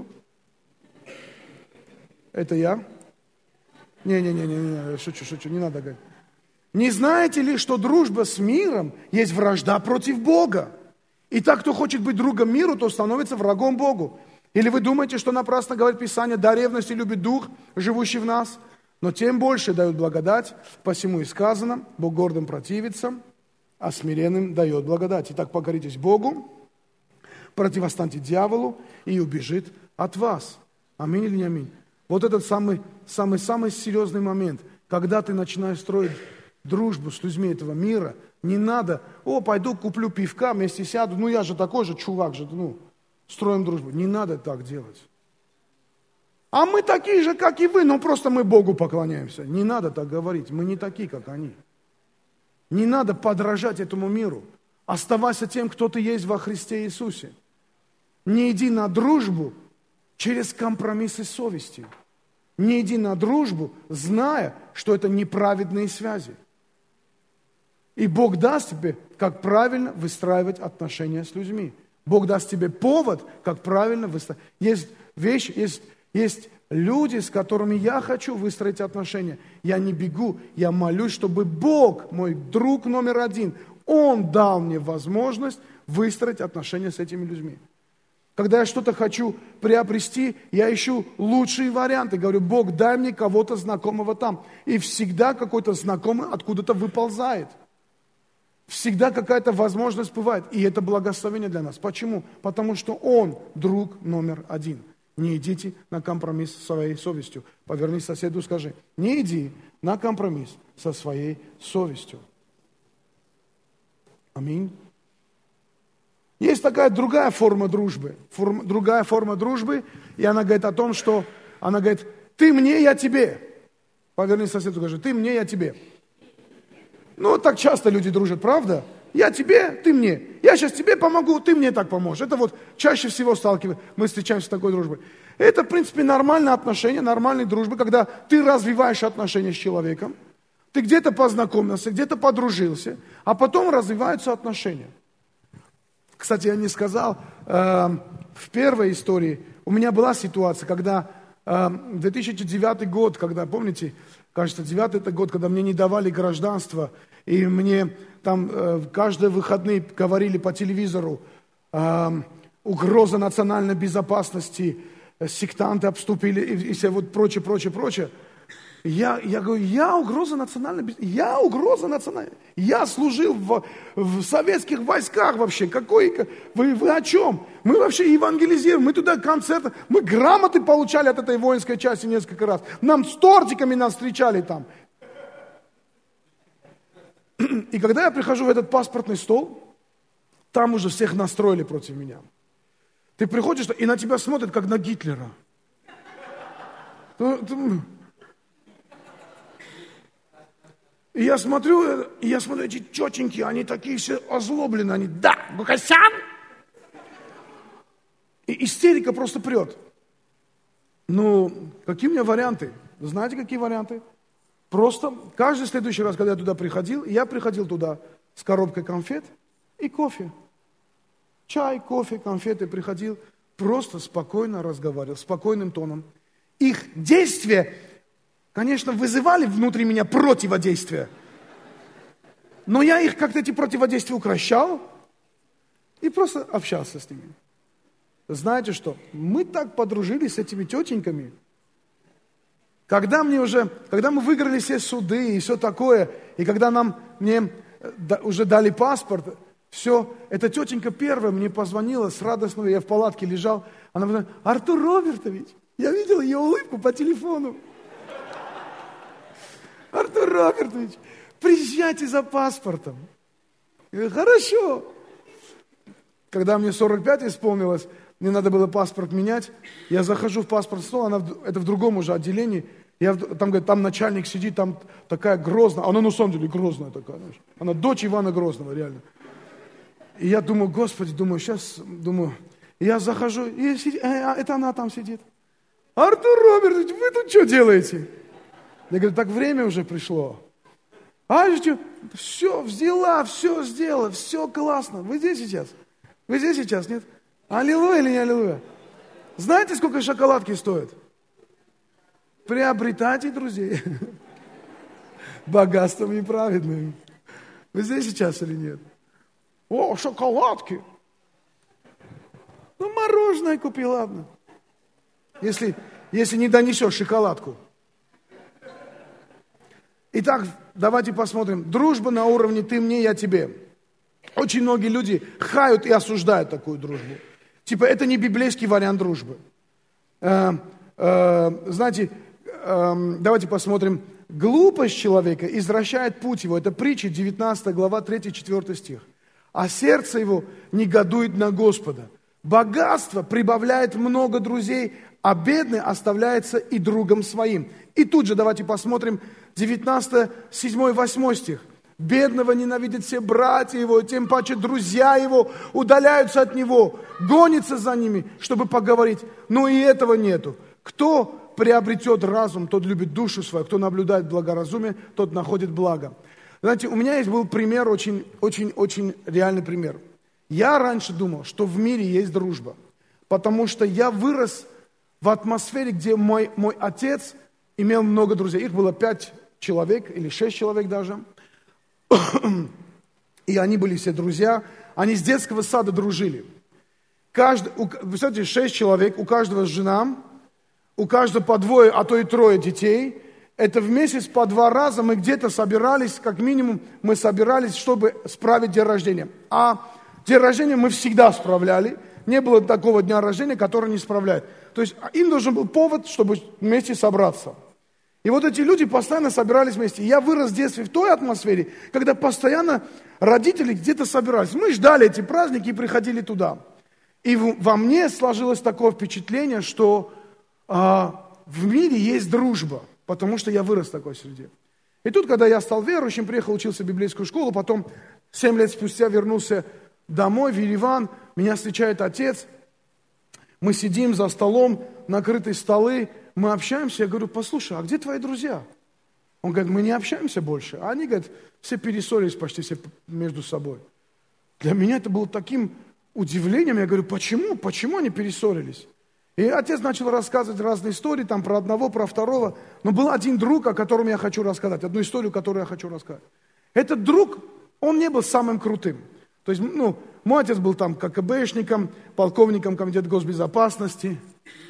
Это я? Не-не-не, шучу, шучу, не надо говорить. Не знаете ли, что дружба с миром есть вражда против Бога? И так, кто хочет быть другом миру, то становится врагом Богу. Или вы думаете, что напрасно говорит Писание, да, ревности любит Дух, живущий в нас, но тем больше дает благодать, посему и сказано, Бог гордым противится, а смиренным дает благодать. Итак, покоритесь Богу, противостаньте дьяволу, и убежит от вас. Аминь или не аминь? Вот этот самый, самый, самый серьезный момент, когда ты начинаешь строить дружбу с людьми этого мира, не надо, о, пойду куплю пивка, вместе сяду, ну я же такой же чувак же, ну, строим дружбу. Не надо так делать. А мы такие же, как и вы, но просто мы Богу поклоняемся. Не надо так говорить, мы не такие, как они. Не надо подражать этому миру. Оставайся тем, кто ты есть во Христе Иисусе. Не иди на дружбу через компромиссы совести. Не иди на дружбу, зная, что это неправедные связи. И Бог даст тебе, как правильно выстраивать отношения с людьми. Бог даст тебе повод, как правильно выстраивать. Есть вещи, есть, есть люди, с которыми я хочу выстроить отношения. Я не бегу, я молюсь, чтобы Бог, мой друг номер один, Он дал мне возможность выстроить отношения с этими людьми. Когда я что-то хочу приобрести, я ищу лучшие варианты. Говорю, Бог, дай мне кого-то знакомого там. И всегда какой-то знакомый откуда-то выползает. Всегда какая-то возможность бывает. И это благословение для нас. Почему? Потому что Он друг номер один. Не идите на компромисс со своей совестью. Поверни соседу, скажи, не иди на компромисс со своей совестью. Аминь. Есть такая другая форма дружбы, форма, другая форма дружбы, и она говорит о том, что, она говорит, ты мне, я тебе. Поверни соседу, скажи, ты мне, я тебе. Ну, вот так часто люди дружат, правда? Я тебе, ты мне. Я сейчас тебе помогу, ты мне так поможешь. Это вот чаще всего сталкиваемся, мы встречаемся с такой дружбой. Это, в принципе, нормальное отношение, нормальной дружбы, когда ты развиваешь отношения с человеком, ты где-то познакомился, где-то подружился, а потом развиваются отношения. Кстати, я не сказал, э, в первой истории у меня была ситуация, когда э, две тысячи девятый год, когда, помните, кажется, девятый это год, когда мне не давали гражданство, и мне там э, каждые выходные говорили по телевизору, э, угроза национальной безопасности, сектанты обступили и, и все вот прочее, прочее, прочее. Я, я говорю, я угроза национальной безопасности, я угроза национальной. Я служил в, в советских войсках вообще. Какой, вы, вы о чем? Мы вообще евангелизируем, мы туда концерты, мы грамоты получали от этой воинской части несколько раз. Нам с тортиками нас встречали там. И когда я прихожу в этот паспортный стол, там уже всех настроили против меня. Ты приходишь, и на тебя смотрят, как на Гитлера. И я смотрю, и я смотрю, эти тетеньки, они такие все озлобленные, они, да, Гукасян! И истерика просто прет. Ну, какие у меня варианты? Знаете, какие варианты? Просто каждый следующий раз, когда я туда приходил, я приходил туда с коробкой конфет и кофе. Чай, кофе, конфеты, приходил, просто спокойно разговаривал, спокойным тоном. Их действия, конечно, вызывали внутри меня противодействие, но я их как-то эти противодействия укращал и просто общался с ними. Знаете что? Мы так подружились с этими тетеньками. Когда мне уже, когда мы выиграли все суды и все такое, и когда нам, мне уже дали паспорт, все, эта тетенька первая мне позвонила с радостного, я в палатке лежал, она говорит, Артур Робертович, я видел ее улыбку по телефону. Артур Робертович, приезжайте за паспортом. Я говорю, хорошо. Когда мне сорок пять исполнилось, мне надо было паспорт менять, я захожу в паспортный стол, она, это в другом уже отделении, я, там, говорит, там начальник сидит, там такая грозная, она на самом деле грозная такая, знаешь, она дочь Ивана Грозного, реально. И я думаю, Господи, думаю, сейчас, думаю, я захожу, и сидит, а, это она там сидит. Артур Робертович, вы тут что делаете? Я говорю, так время уже пришло. А что? Все взяла, все сделала, все классно. Вы здесь сейчас? Вы здесь сейчас, нет? Аллилуйя или не аллилуйя? Знаете, сколько шоколадки стоят? Приобретайте друзей. Богатством неправедным. Вы здесь сейчас или нет? О, шоколадки. Ну, мороженое купи, ладно. Если, если не донесешь шоколадку. Итак, давайте посмотрим. Дружба на уровне «ты мне, я тебе». Очень многие люди хают и осуждают такую дружбу. Типа, это не библейский вариант дружбы. Э, э, знаете, э, давайте посмотрим. Глупость человека извращает путь его. Это притча, девятнадцатая глава, третий-четвёртый стих. А сердце его негодует на Господа. Богатство прибавляет много друзей, а бедный оставляется и другом своим. И тут же давайте посмотрим девятнадцатый, седьмой, восьмой стих. Бедного ненавидят все братья его, тем паче друзья его удаляются от него, гонятся за ними, чтобы поговорить. Но и этого нету. Кто приобретет разум, тот любит душу свою, кто наблюдает благоразумие, тот находит благо. Знаете, у меня есть был пример, очень, очень, очень реальный пример. Я раньше думал, что в мире есть дружба, потому что я вырос в атмосфере, где мой, мой отец имел много друзей. Их было пять человек или шесть человек даже. И они были все друзья. Они с детского сада дружили. Каждый, у, вы знаете, шесть человек, у каждого жена, у каждого по двое, а то и трое детей. Это в месяц по два раза мы где-то собирались, как минимум мы собирались, чтобы справить день рождения. А день рождения мы всегда справляли. Не было такого дня рождения, который не справляет. То есть им нужен был повод, чтобы вместе собраться. И вот эти люди постоянно собирались вместе. И я вырос в детстве в той атмосфере, когда постоянно родители где-то собирались. Мы ждали эти праздники и приходили туда. И во мне сложилось такое впечатление, что а, в мире есть дружба, потому что я вырос в такой среде. И тут, когда я стал верующим, приехал, учился в библейскую школу, потом семь лет спустя вернулся домой, в Ереван, меня встречает отец, мы сидим за столом, накрытые столы, мы общаемся, я говорю, послушай, а где твои друзья? Он говорит, мы не общаемся больше. А они, говорят, все перессорились почти все между собой. Для меня это было таким удивлением, я говорю, почему? Почему они перессорились? И отец начал рассказывать разные истории, там про одного, про второго. Но был один друг, о котором я хочу рассказать, одну историю, которую я хочу рассказать. Этот друг, он не был самым крутым. То есть, ну, мой отец был там КГБшником, полковником комитета госбезопасности.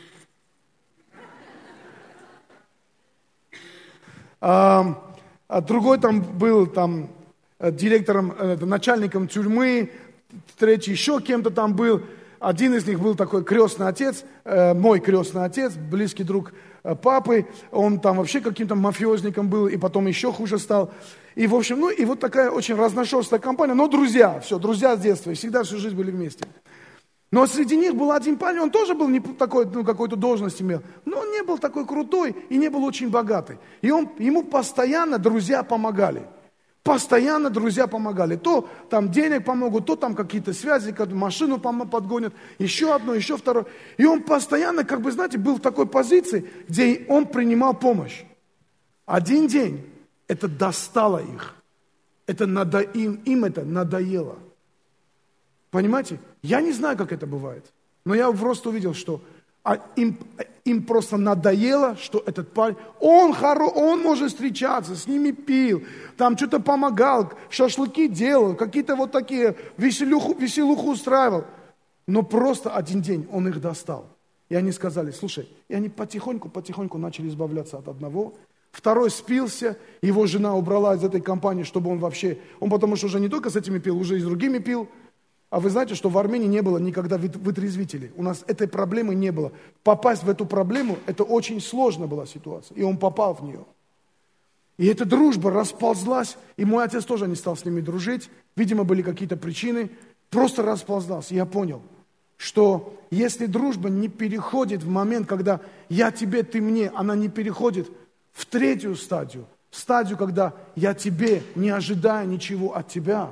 А, а другой там был там директором, начальником тюрьмы, третий еще кем-то там был. Один из них был такой крестный отец, э, мой крестный отец, близкий друг э, папы. Он там вообще каким-то мафиозником был, и потом еще хуже стал. И, в общем, ну, и вот такая очень разношерстная компания. Но друзья, все, друзья с детства, и всегда всю жизнь были вместе. Но среди них был один парень, он тоже был не такой, ну, какой-то должность имел, но он не был такой крутой и не был очень богатый. И он, ему постоянно друзья помогали. Постоянно друзья помогали. То там денег помогут, то там какие-то связи, машину подгонят, еще одно, еще второе. И он постоянно, как бы, знаете, был в такой позиции, где он принимал помощь. Один день это достало их. Это надо, им, им это надоело. Понимаете? Я не знаю, как это бывает. Но я просто увидел, что а им, им просто надоело, что этот парень, он, хоро, он может встречаться, с ними пил, там что-то помогал, шашлыки делал, какие-то вот такие веселуху, веселуху устраивал. Но просто один день он их достал. И они сказали, слушай, и они потихоньку-потихоньку начали избавляться от одного. Второй спился, его жена убрала из этой компании, чтобы он вообще, он потому что уже не только с этими пил, уже и с другими пил. А вы знаете, что в Армении не было никогда вытрезвителей. У нас этой проблемы не было. Попасть в эту проблему, это очень сложная была ситуация. И он попал в нее. И эта дружба расползлась. И мой отец тоже не стал с ними дружить. Видимо, были какие-то причины. Просто расползлась. И я понял, что если дружба не переходит в момент, когда я тебе, ты мне, она не переходит в третью стадию. В стадию, когда я тебе, не ожидая ничего от тебя,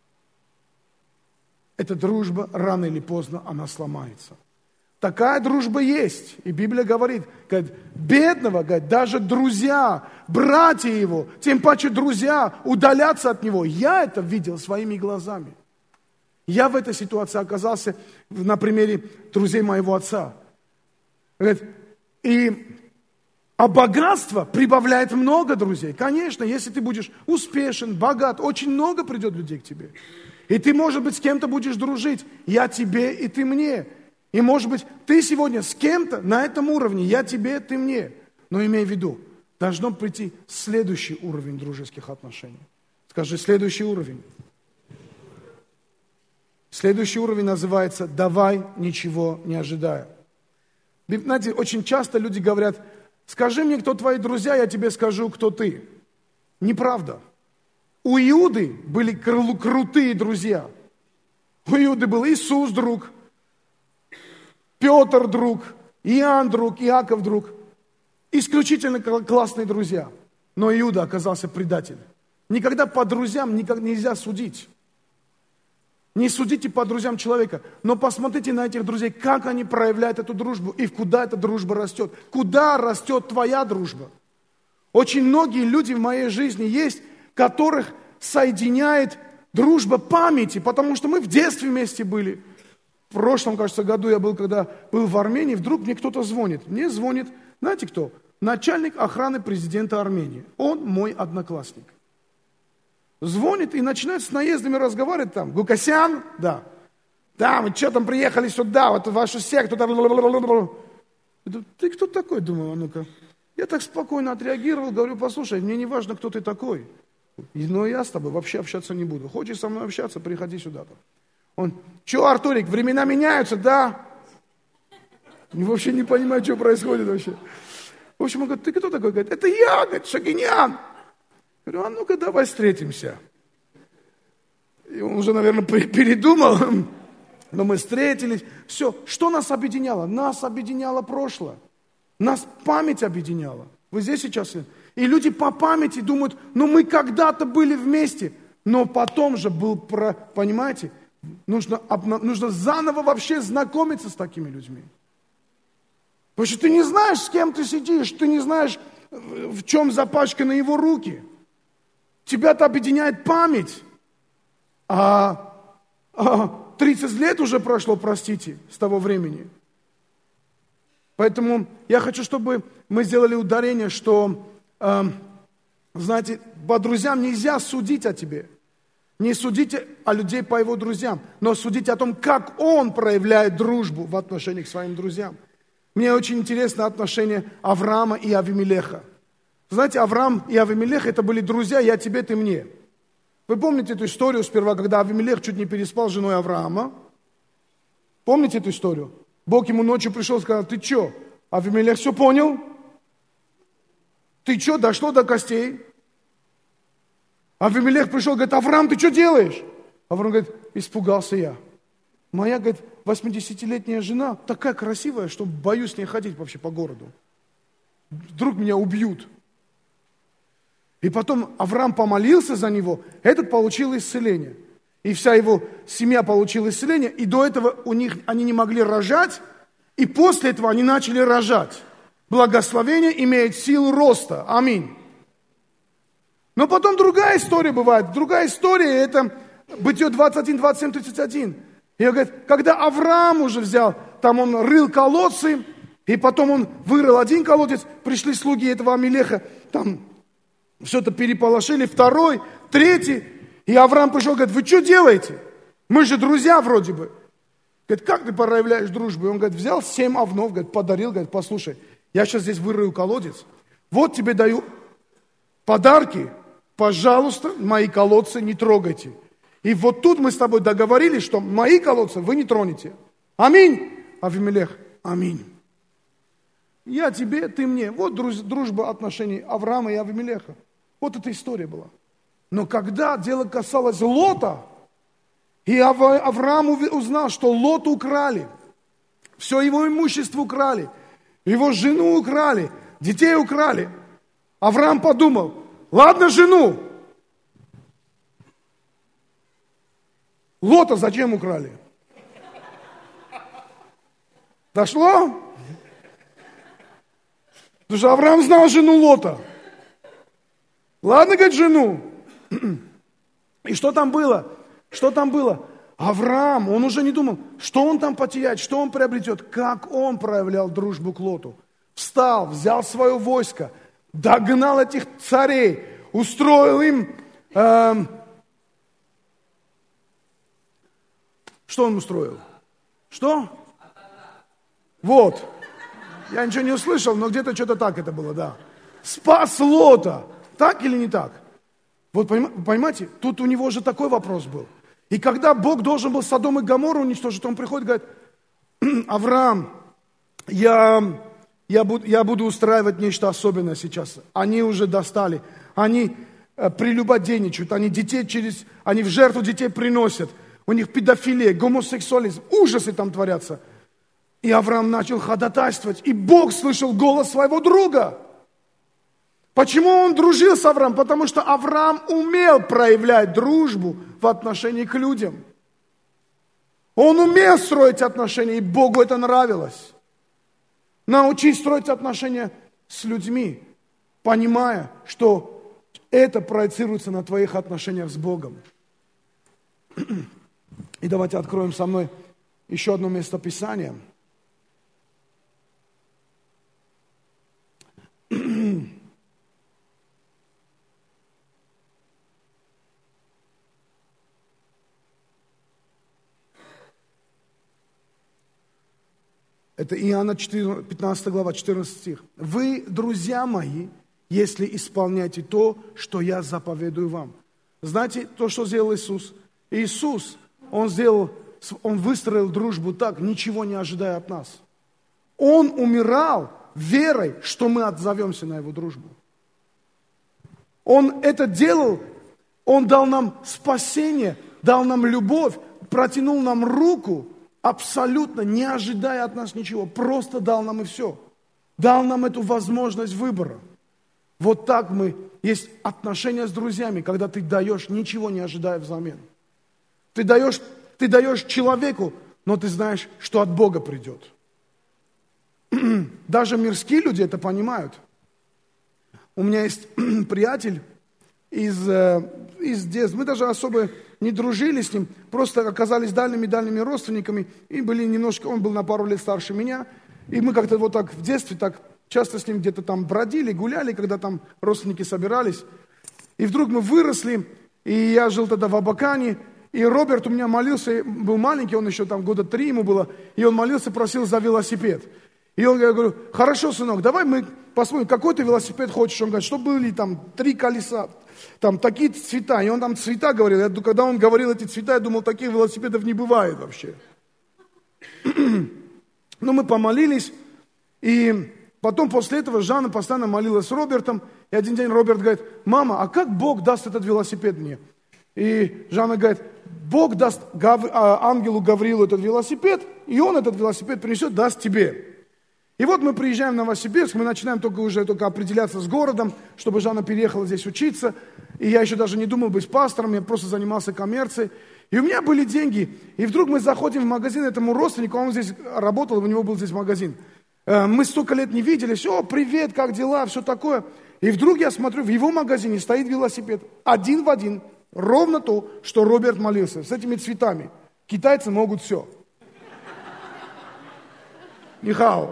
эта дружба, рано или поздно, она сломается. Такая дружба есть. И Библия говорит, говорит, бедного, говорит, даже друзья, братья его, тем паче друзья, удалятся от него. Я это видел своими глазами. Я в этой ситуации оказался на примере друзей моего отца. Говорит, и, а богатство прибавляет много друзей. Конечно, если ты будешь успешен, богат, очень много придет людей к тебе. И ты, может быть, с кем-то будешь дружить. Я тебе, и ты мне. И, может быть, ты сегодня с кем-то на этом уровне. Я тебе, ты мне. Но имей в виду, должно прийти следующий уровень дружеских отношений. Скажи, следующий уровень. Следующий уровень называется «давай, ничего не ожидая». Знаете, очень часто люди говорят, скажи мне, кто твои друзья, я тебе скажу, кто ты. Неправда. У Иуды были кру- крутые друзья. У Иуды был Иисус друг, Петр друг, Иоанн друг, Иаков друг. Исключительно классные друзья. Но Иуда оказался предатель. Никогда по друзьям никак нельзя судить. Не судите по друзьям человека, но посмотрите на этих друзей, как они проявляют эту дружбу и куда эта дружба растет. Куда растет твоя дружба? Очень многие люди в моей жизни есть, которых соединяет дружба памяти, потому что мы в детстве вместе были. В прошлом, кажется, году я был, когда был в Армении, вдруг мне кто-то звонит. Мне звонит, знаете кто? Начальник охраны президента Армении. Он мой одноклассник. Звонит и начинает с наездами разговаривать там. Гукасян? Да. Да, вы что там приехали сюда, вот вашу секту. Ты кто такой? Думаю, а ну-ка. Я так спокойно отреагировал, говорю, послушай, мне не важно, кто ты такой. Но я с тобой вообще общаться не буду. Хочешь со мной общаться, приходи сюда. Он, что, Артурик, времена меняются, да? Вообще не понимаю, что происходит вообще. В общем, он говорит, ты кто такой? Говорит, это я, говорит, Шагинян. Говорю, а ну-ка давай встретимся. И он уже, наверное, передумал, но мы встретились. Все, что нас объединяло? Нас объединяло прошлое. Нас память объединяла. Вы здесь сейчас? И люди по памяти думают, ну мы когда-то были вместе, но потом же был, про, понимаете, нужно, нужно заново вообще знакомиться с такими людьми. Потому что ты не знаешь, с кем ты сидишь, ты не знаешь, в чем запачканы его руки. Тебя-то объединяет память. А, а тридцать лет уже прошло, простите, с того времени. Поэтому я хочу, чтобы мы сделали ударение, что, э, знаете, по друзьям нельзя судить о тебе. Не судите о людей по его друзьям, но судите о том, как он проявляет дружбу в отношении к своим друзьям. Мне очень интересно отношение Авраама и Авимелеха. Знаете, Авраам и Авимелех это были друзья, я тебе, ты мне. Вы помните эту историю сперва, когда Авимелех чуть не переспал с женой Авраама? Помните эту историю? Бог ему ночью пришел и сказал, ты что? Авимелех все понял? Ты что, дошло до костей? Авимелех пришел и говорит, Авраам, ты что делаешь? Авраам говорит, испугался я. Моя, говорит, восьмидесятилетняя жена такая красивая, что боюсь с ней ходить вообще по городу. Вдруг меня убьют. И потом Авраам помолился за него, этот получил исцеление. И вся его семья получила исцеление, и до этого у них они не могли рожать, и после этого они начали рожать. Благословение имеет силу роста. Аминь. Но потом другая история бывает. Другая история, это Бытие двадцать один, двадцать семь, тридцать один. И он говорит, когда Авраам уже взял, там он рыл колодцы, и потом он вырыл один колодец, пришли слуги этого Амелеха, там все это переполошили, второй, третий. И Авраам пришел, говорит, вы что делаете? Мы же друзья вроде бы. Говорит, как ты проявляешь дружбу? И он, говорит, взял семь овнов, говорит, подарил, говорит, послушай, я сейчас здесь вырою колодец, вот тебе даю подарки, пожалуйста, мои колодцы не трогайте. И вот тут мы с тобой договорились, что мои колодцы вы не тронете. Аминь. Авимелех, аминь. Я тебе, ты мне. Вот дружба отношений Авраама и Авимелеха. Вот эта история была. Но когда дело касалось Лота, и Авраам узнал, что Лота украли, все его имущество украли, его жену украли, детей украли, Авраам подумал, ладно, жену, Лота зачем украли? Дошло? Потому что Авраам знал жену Лота. Ладно, говорит, жену. И что там было? Что там было? Авраам, он уже не думал, что он там потеряет, что он приобретет, как он проявлял дружбу к Лоту. Встал, взял свое войско, догнал этих царей, устроил им... Эм, что он устроил? Что? Вот. Я ничего не услышал, но где-то что-то так это было, да. Спас Лота. Так или не так? Вот понимаете, тут у него же такой вопрос был. И когда Бог должен был Содом и Гоморру уничтожить, он приходит и говорит, Авраам, я, я, буду, я буду устраивать нечто особенное сейчас. Они уже достали, они э, прелюбодейничают, они детей через, они в жертву детей приносят. У них педофилия, гомосексуализм, ужасы там творятся. И Авраам начал ходатайствовать, и Бог слышал голос своего друга. Почему он дружил с Авраамом? Потому что Авраам умел проявлять дружбу в отношении к людям. Он умел строить отношения, и Богу это нравилось. Научись строить отношения с людьми, понимая, что это проецируется на твоих отношениях с Богом. И давайте откроем со мной еще одно местописание. Это Иоанна пятнадцатая глава, четырнадцатый стих. Вы, друзья мои, если исполняете то, что я заповедую вам. Знаете, то, что сделал Иисус? Иисус, Он сделал, Он выстроил дружбу так, ничего не ожидая от нас. Он умирал верой, что мы отзовемся на Его дружбу. Он это делал, Он дал нам спасение, дал нам любовь, протянул нам руку, абсолютно не ожидая от нас ничего, просто дал нам и все. Дал нам эту возможность выбора. Вот так мы, есть отношения с друзьями, когда ты даешь, ничего не ожидая взамен. Ты даешь, ты даешь человеку, но ты знаешь, что от Бога придет. Даже мирские люди это понимают. У меня есть приятель из, из детства, мы даже особо не дружили с ним, просто оказались дальними-дальними родственниками, и были немножко, он был на пару лет старше меня, и мы как-то вот так в детстве так часто с ним где-то там бродили, гуляли, когда там родственники собирались. И вдруг мы выросли, и я жил тогда в Абакане, и Роберт у меня молился, был маленький, он еще там года три ему было, и он молился, просил за велосипед. И он, я говорю, хорошо, сынок, давай мы посмотрим, какой ты велосипед хочешь. Он говорит, что были там три колеса, там такие цвета. И он там цвета говорил. Я, когда он говорил эти цвета, я думал, таких велосипедов не бывает вообще. Ну, мы помолились, и потом после этого Жанна постоянно молилась с Робертом. И один день Роберт говорит, мама, а как Бог даст этот велосипед мне? И Жанна говорит, Бог даст Гав... ангелу Гавриилу этот велосипед, и он этот велосипед принесет, даст тебе. И вот мы приезжаем в Новосибирск, мы начинаем только уже только определяться с городом, чтобы Жанна переехала здесь учиться. И я еще даже не думал быть пастором, я просто занимался коммерцией. И у меня были деньги. И вдруг мы заходим в магазин этому родственнику, он здесь работал, у него был здесь магазин. Мы столько лет не виделись, о, привет, как дела, все такое. И вдруг я смотрю, в его магазине стоит велосипед, один в один, ровно то, что Роберт молился, с этими цветами. Китайцы могут все. Нихао.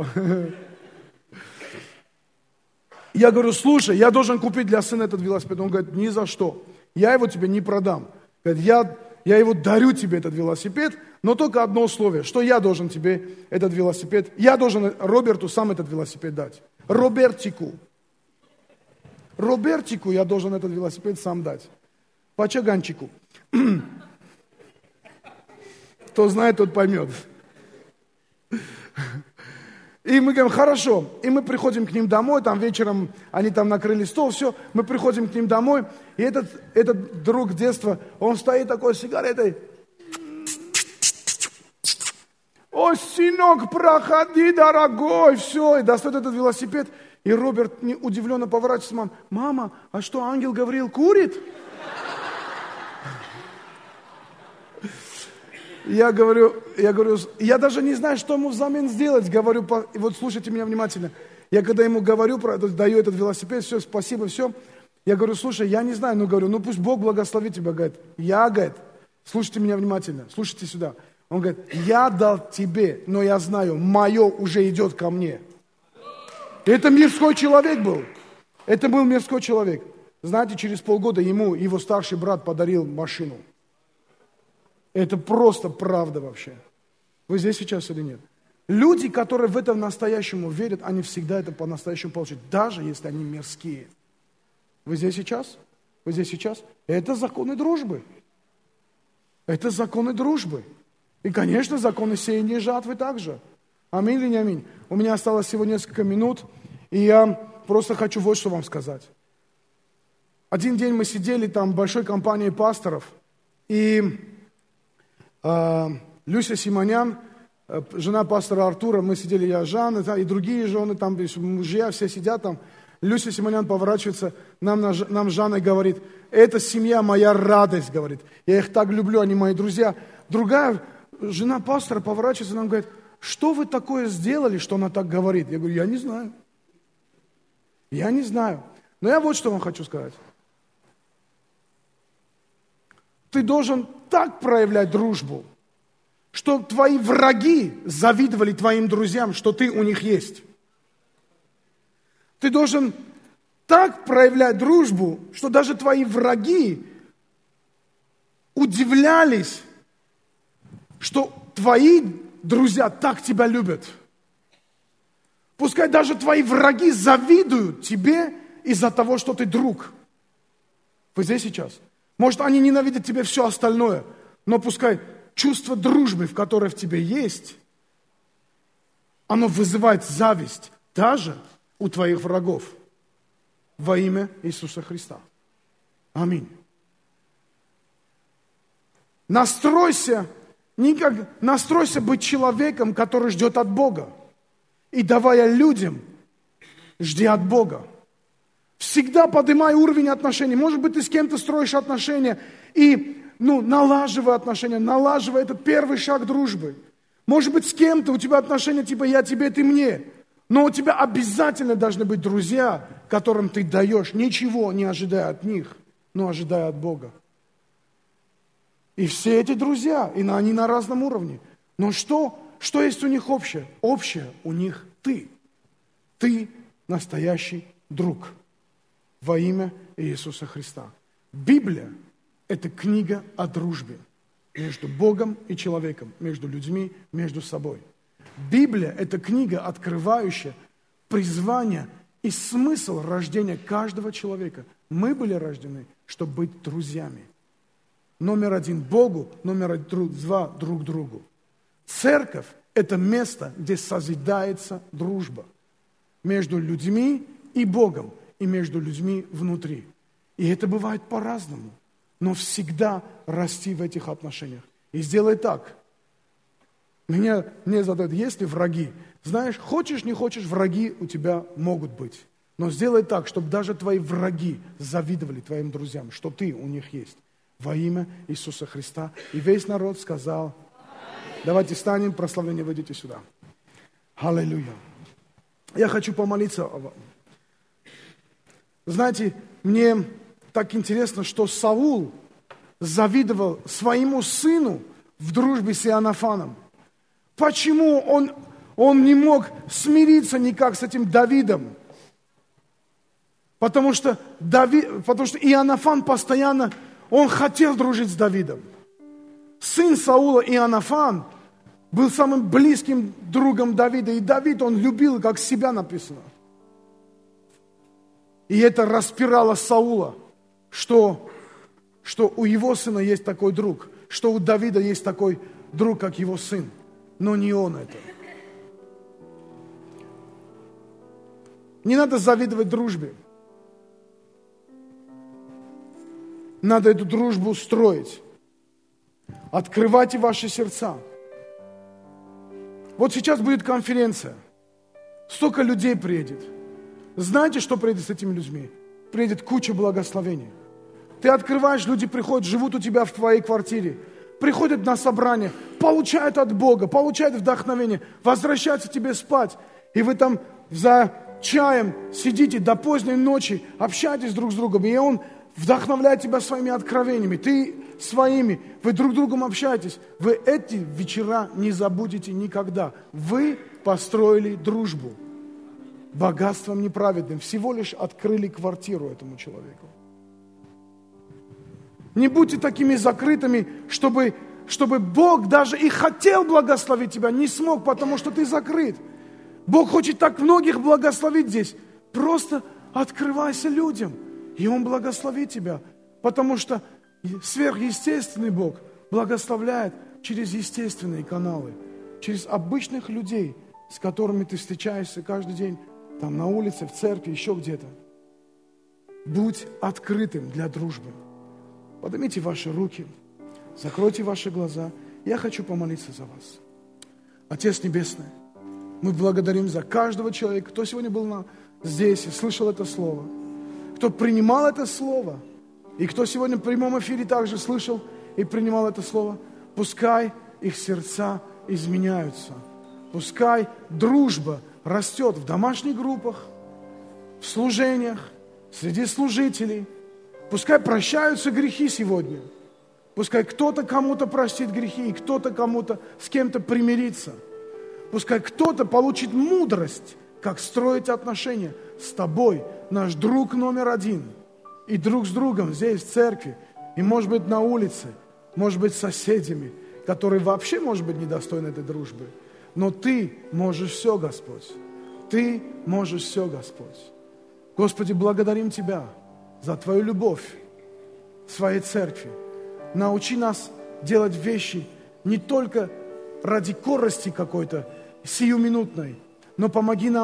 Я говорю, слушай, я должен купить для сына этот велосипед. Он говорит, ни за что. Я его тебе не продам. Говорит, я, я его дарю тебе, этот велосипед, но только одно условие, что я должен тебе этот велосипед, я должен Роберту сам этот велосипед дать. Робертику. Робертику я должен этот велосипед сам дать. По чаганчику. Кто знает, тот поймет. И мы говорим, хорошо. И мы приходим к ним домой, там вечером они там накрыли стол, все. Мы приходим к ним домой, и этот, этот друг детства, он стоит такой с сигаретой. О, сынок, проходи, дорогой, все. И достает этот велосипед. И Роберт удивленно поворачивается, мам, мама, а что, ангел Гавриил курит? Я говорю, я говорю, я даже не знаю, что ему взамен сделать. Говорю, вот слушайте меня внимательно. Я когда ему говорю, даю этот велосипед, все, спасибо, все. Я говорю, слушай, я не знаю, ну говорю, ну пусть Бог благословит тебя, говорит. Я, говорит, слушайте меня внимательно, слушайте сюда. Он говорит, я дал тебе, но я знаю, мое уже идет ко мне. И это мирской человек был. Это был мирской человек. Знаете, через полгода ему его старший брат подарил машину. Это просто правда вообще. Вы здесь сейчас или нет? Люди, которые в это настоящему верят, они всегда это по-настоящему получат, даже если они мирские. Вы здесь сейчас? Вы здесь сейчас? Это законы дружбы. Это законы дружбы. И, конечно, законы сеяния и жатвы также. Аминь или не аминь? У меня осталось всего несколько минут, и я просто хочу вот что вам сказать. Один день мы сидели там в большой компании пасторов, и э, Люся Симонян, э, жена пастора Артура, мы сидели, я, Жанна, и другие жены, там мужья, все сидят там. Люся Симонян поворачивается, нам, нам Жанна говорит, эта семья моя радость, говорит. Я их так люблю, они мои друзья. Другая жена пастора поворачивается, нам говорит, что вы такое сделали, что она так говорит? Я говорю, я не знаю. Я не знаю. Но я вот что вам хочу сказать. Ты должен так проявлять дружбу, что твои враги завидовали твоим друзьям, что ты у них есть. Ты должен так проявлять дружбу, что даже твои враги удивлялись, что твои друзья так тебя любят. Пускай даже твои враги завидуют тебе из-за того, что ты друг. Вы здесь сейчас? Может, они ненавидят тебе все остальное, но пускай чувство дружбы, в которое в тебе есть, оно вызывает зависть даже у твоих врагов. Во имя Иисуса Христа. Аминь. Настройся, никак, настройся быть человеком, который ждет от Бога. И давая людям, жди от Бога. Всегда поднимай уровень отношений. Может быть, ты с кем-то строишь отношения и ну, налаживай отношения, налаживай этот первый шаг дружбы. Может быть, с кем-то у тебя отношения типа «я тебе, ты мне». Но у тебя обязательно должны быть друзья, которым ты даешь, ничего не ожидая от них, но ожидая от Бога. И все эти друзья, и они на разном уровне. Но что, что есть у них общее? Общее у них ты. Ты настоящий друг во имя Иисуса Христа. Библия – это книга о дружбе между Богом и человеком, между людьми, между собой. Библия – это книга, открывающая призвание и смысл рождения каждого человека. Мы были рождены, чтобы быть друзьями. Номер один – Богу, номер два – друг другу. Церковь – это место, где созидается дружба между людьми и Богом, и между людьми внутри. И это бывает по-разному, но всегда расти в этих отношениях. И сделай так. Меня, мне задают, есть ли враги? Знаешь, хочешь, не хочешь, враги у тебя могут быть. Но сделай так, чтобы даже твои враги завидовали твоим друзьям, что ты у них есть. Во имя Иисуса Христа. И весь народ сказал, давайте встанем, прославление, выйдите сюда. Аллилуйя. Я хочу помолиться о вас. Знаете, мне так интересно, что Саул завидовал своему сыну в дружбе с Иоаннафаном. Почему он, он не мог смириться никак с этим Давидом? Потому что, Давид, потому что Иоаннафан постоянно, он хотел дружить с Давидом. Сын Саула Иоаннафан был самым близким другом Давида. И Давид он любил, как себя написано. И это распирало Саула, что, что у его сына есть такой друг, что у Давида есть такой друг, как его сын. Но не он это. Не надо завидовать дружбе. Надо эту дружбу строить. Открывайте ваши сердца. Вот сейчас будет конференция. Столько людей приедет. Знаете, что приедет с этими людьми? Приедет куча благословений. Ты открываешь, люди приходят, живут у тебя в твоей квартире. Приходят на собрание, получают от Бога, получают вдохновение, возвращаются тебе спать. И вы там за чаем сидите до поздней ночи, общаетесь друг с другом. И он вдохновляет тебя своими откровениями, ты своими. Вы друг с другом общаетесь. Вы эти вечера не забудете никогда. Вы построили дружбу. Богатством неправедным. Всего лишь открыли квартиру этому человеку. Не будьте такими закрытыми, чтобы, чтобы Бог даже и хотел благословить тебя, не смог, потому что ты закрыт. Бог хочет так многих благословить здесь. Просто открывайся людям, и Он благословит тебя. Потому что сверхъестественный Бог благословляет через естественные каналы, через обычных людей, с которыми ты встречаешься каждый день, там на улице, в церкви, еще где-то. Будь открытым для дружбы. Поднимите ваши руки, закройте ваши глаза. Я хочу помолиться за вас. Отец Небесный, мы благодарим за каждого человека, кто сегодня был на, здесь и слышал это слово, кто принимал это слово, и кто сегодня в прямом эфире также слышал и принимал это слово. Пускай их сердца изменяются. Пускай дружба растет в домашних группах, в служениях, среди служителей. Пускай прощаются грехи сегодня. Пускай кто-то кому-то простит грехи, и кто-то кому-то с кем-то примирится. Пускай кто-то получит мудрость, как строить отношения с тобой, наш друг номер один. И друг с другом здесь, в церкви, и, может быть, на улице, может быть, с соседями, которые вообще, может быть, недостойны этой дружбы. Но Ты можешь все, Господь. Ты можешь все, Господь. Господи, благодарим Тебя за Твою любовь в Своей церкви. Научи нас делать вещи не только ради корости какой-то, сиюминутной, но помоги нам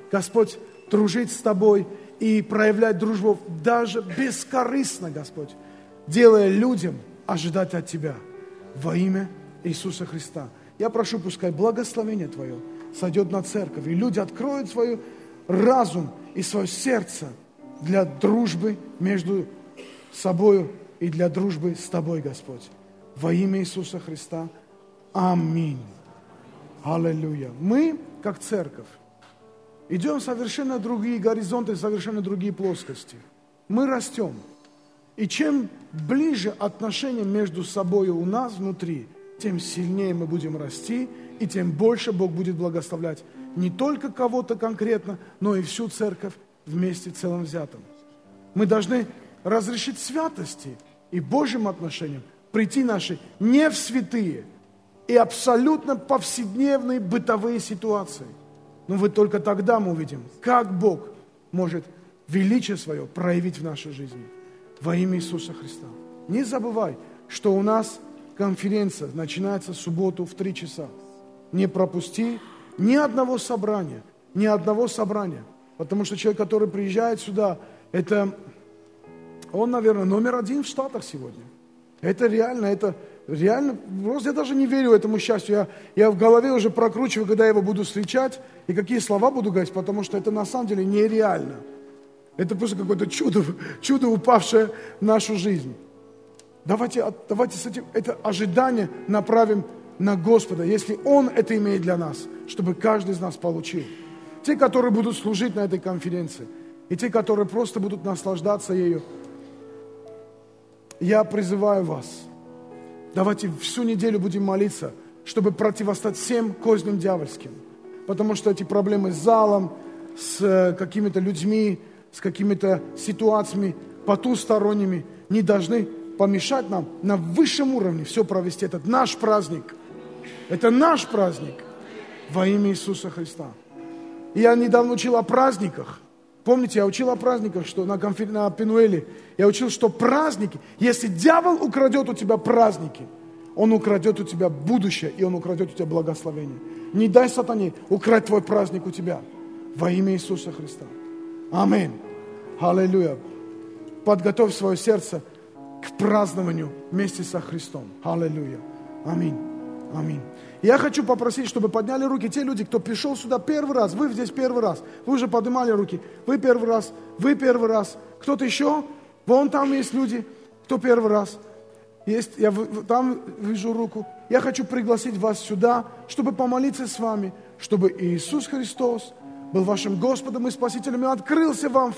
Господь, дружить с Тобой и проявлять дружбу даже бескорыстно, Господь, делая людям ожидать от Тебя во имя Иисуса Христа. Я прошу, пускай благословение Твое сойдет на церковь, и люди откроют свой разум и свое сердце для дружбы между собой и для дружбы с Тобой, Господь. Во имя Иисуса Христа. Аминь. Аллилуйя. Мы, как церковь, идем в совершенно другие горизонты, в совершенно другие плоскости. Мы растем. И чем ближе отношения между собой у нас внутри, тем сильнее мы будем расти, и тем больше Бог будет благословлять не только кого-то конкретно, но и всю церковь вместе целым взятым. Мы должны разрешить святости и Божьим отношениям прийти наши не в святые и абсолютно повседневные бытовые ситуации. Но вот только тогда мы увидим, как Бог может величие свое проявить в нашей жизни. Во имя Иисуса Христа. Не забывай, что у нас конференция начинается в субботу в три часа. Не пропусти ни одного собрания, ни одного собрания. Потому что человек, который приезжает сюда, это он, наверное, номер один в Штатах сегодня. Это реально, это реально, просто я даже не верю этому счастью. Я, я в голове уже прокручиваю, когда я его буду встречать, и какие слова буду говорить, потому что это на самом деле нереально. Это просто какое-то чудо, чудо, упавшее в нашу жизнь. Давайте, давайте с этим, это ожидание направим на Господа, если Он это имеет для нас, чтобы каждый из нас получил. Те, которые будут служить на этой конференции, и те, которые просто будут наслаждаться ею, я призываю вас, давайте всю неделю будем молиться, чтобы противостоять всем козням дьявольским. Потому что эти проблемы с залом, с какими-то людьми, с какими-то ситуациями потусторонними не должны помешать нам на высшем уровне все провести. Это наш праздник. Это наш праздник во имя Иисуса Христа. И я недавно учил о праздниках. Помните, я учил о праздниках, что на, конфер... на Пенуэле я учил, что праздники, если дьявол украдет у тебя праздники, он украдет у тебя будущее, и он украдет у тебя благословение. Не дай сатане украть твой праздник у тебя во имя Иисуса Христа. Аминь. Аллилуйя. Подготовь свое сердце к празднованию вместе со Христом. Аллилуйя. Аминь. Аминь. Я хочу попросить, чтобы подняли руки те люди, кто пришел сюда первый раз. Вы здесь первый раз. Вы уже поднимали руки. Вы первый раз. Вы первый раз. Кто-то еще? Вон там есть люди, кто первый раз. Есть, я там вижу руку. Я хочу пригласить вас сюда, чтобы помолиться с вами, чтобы Иисус Христос был вашим Господом и Спасителем и открылся вам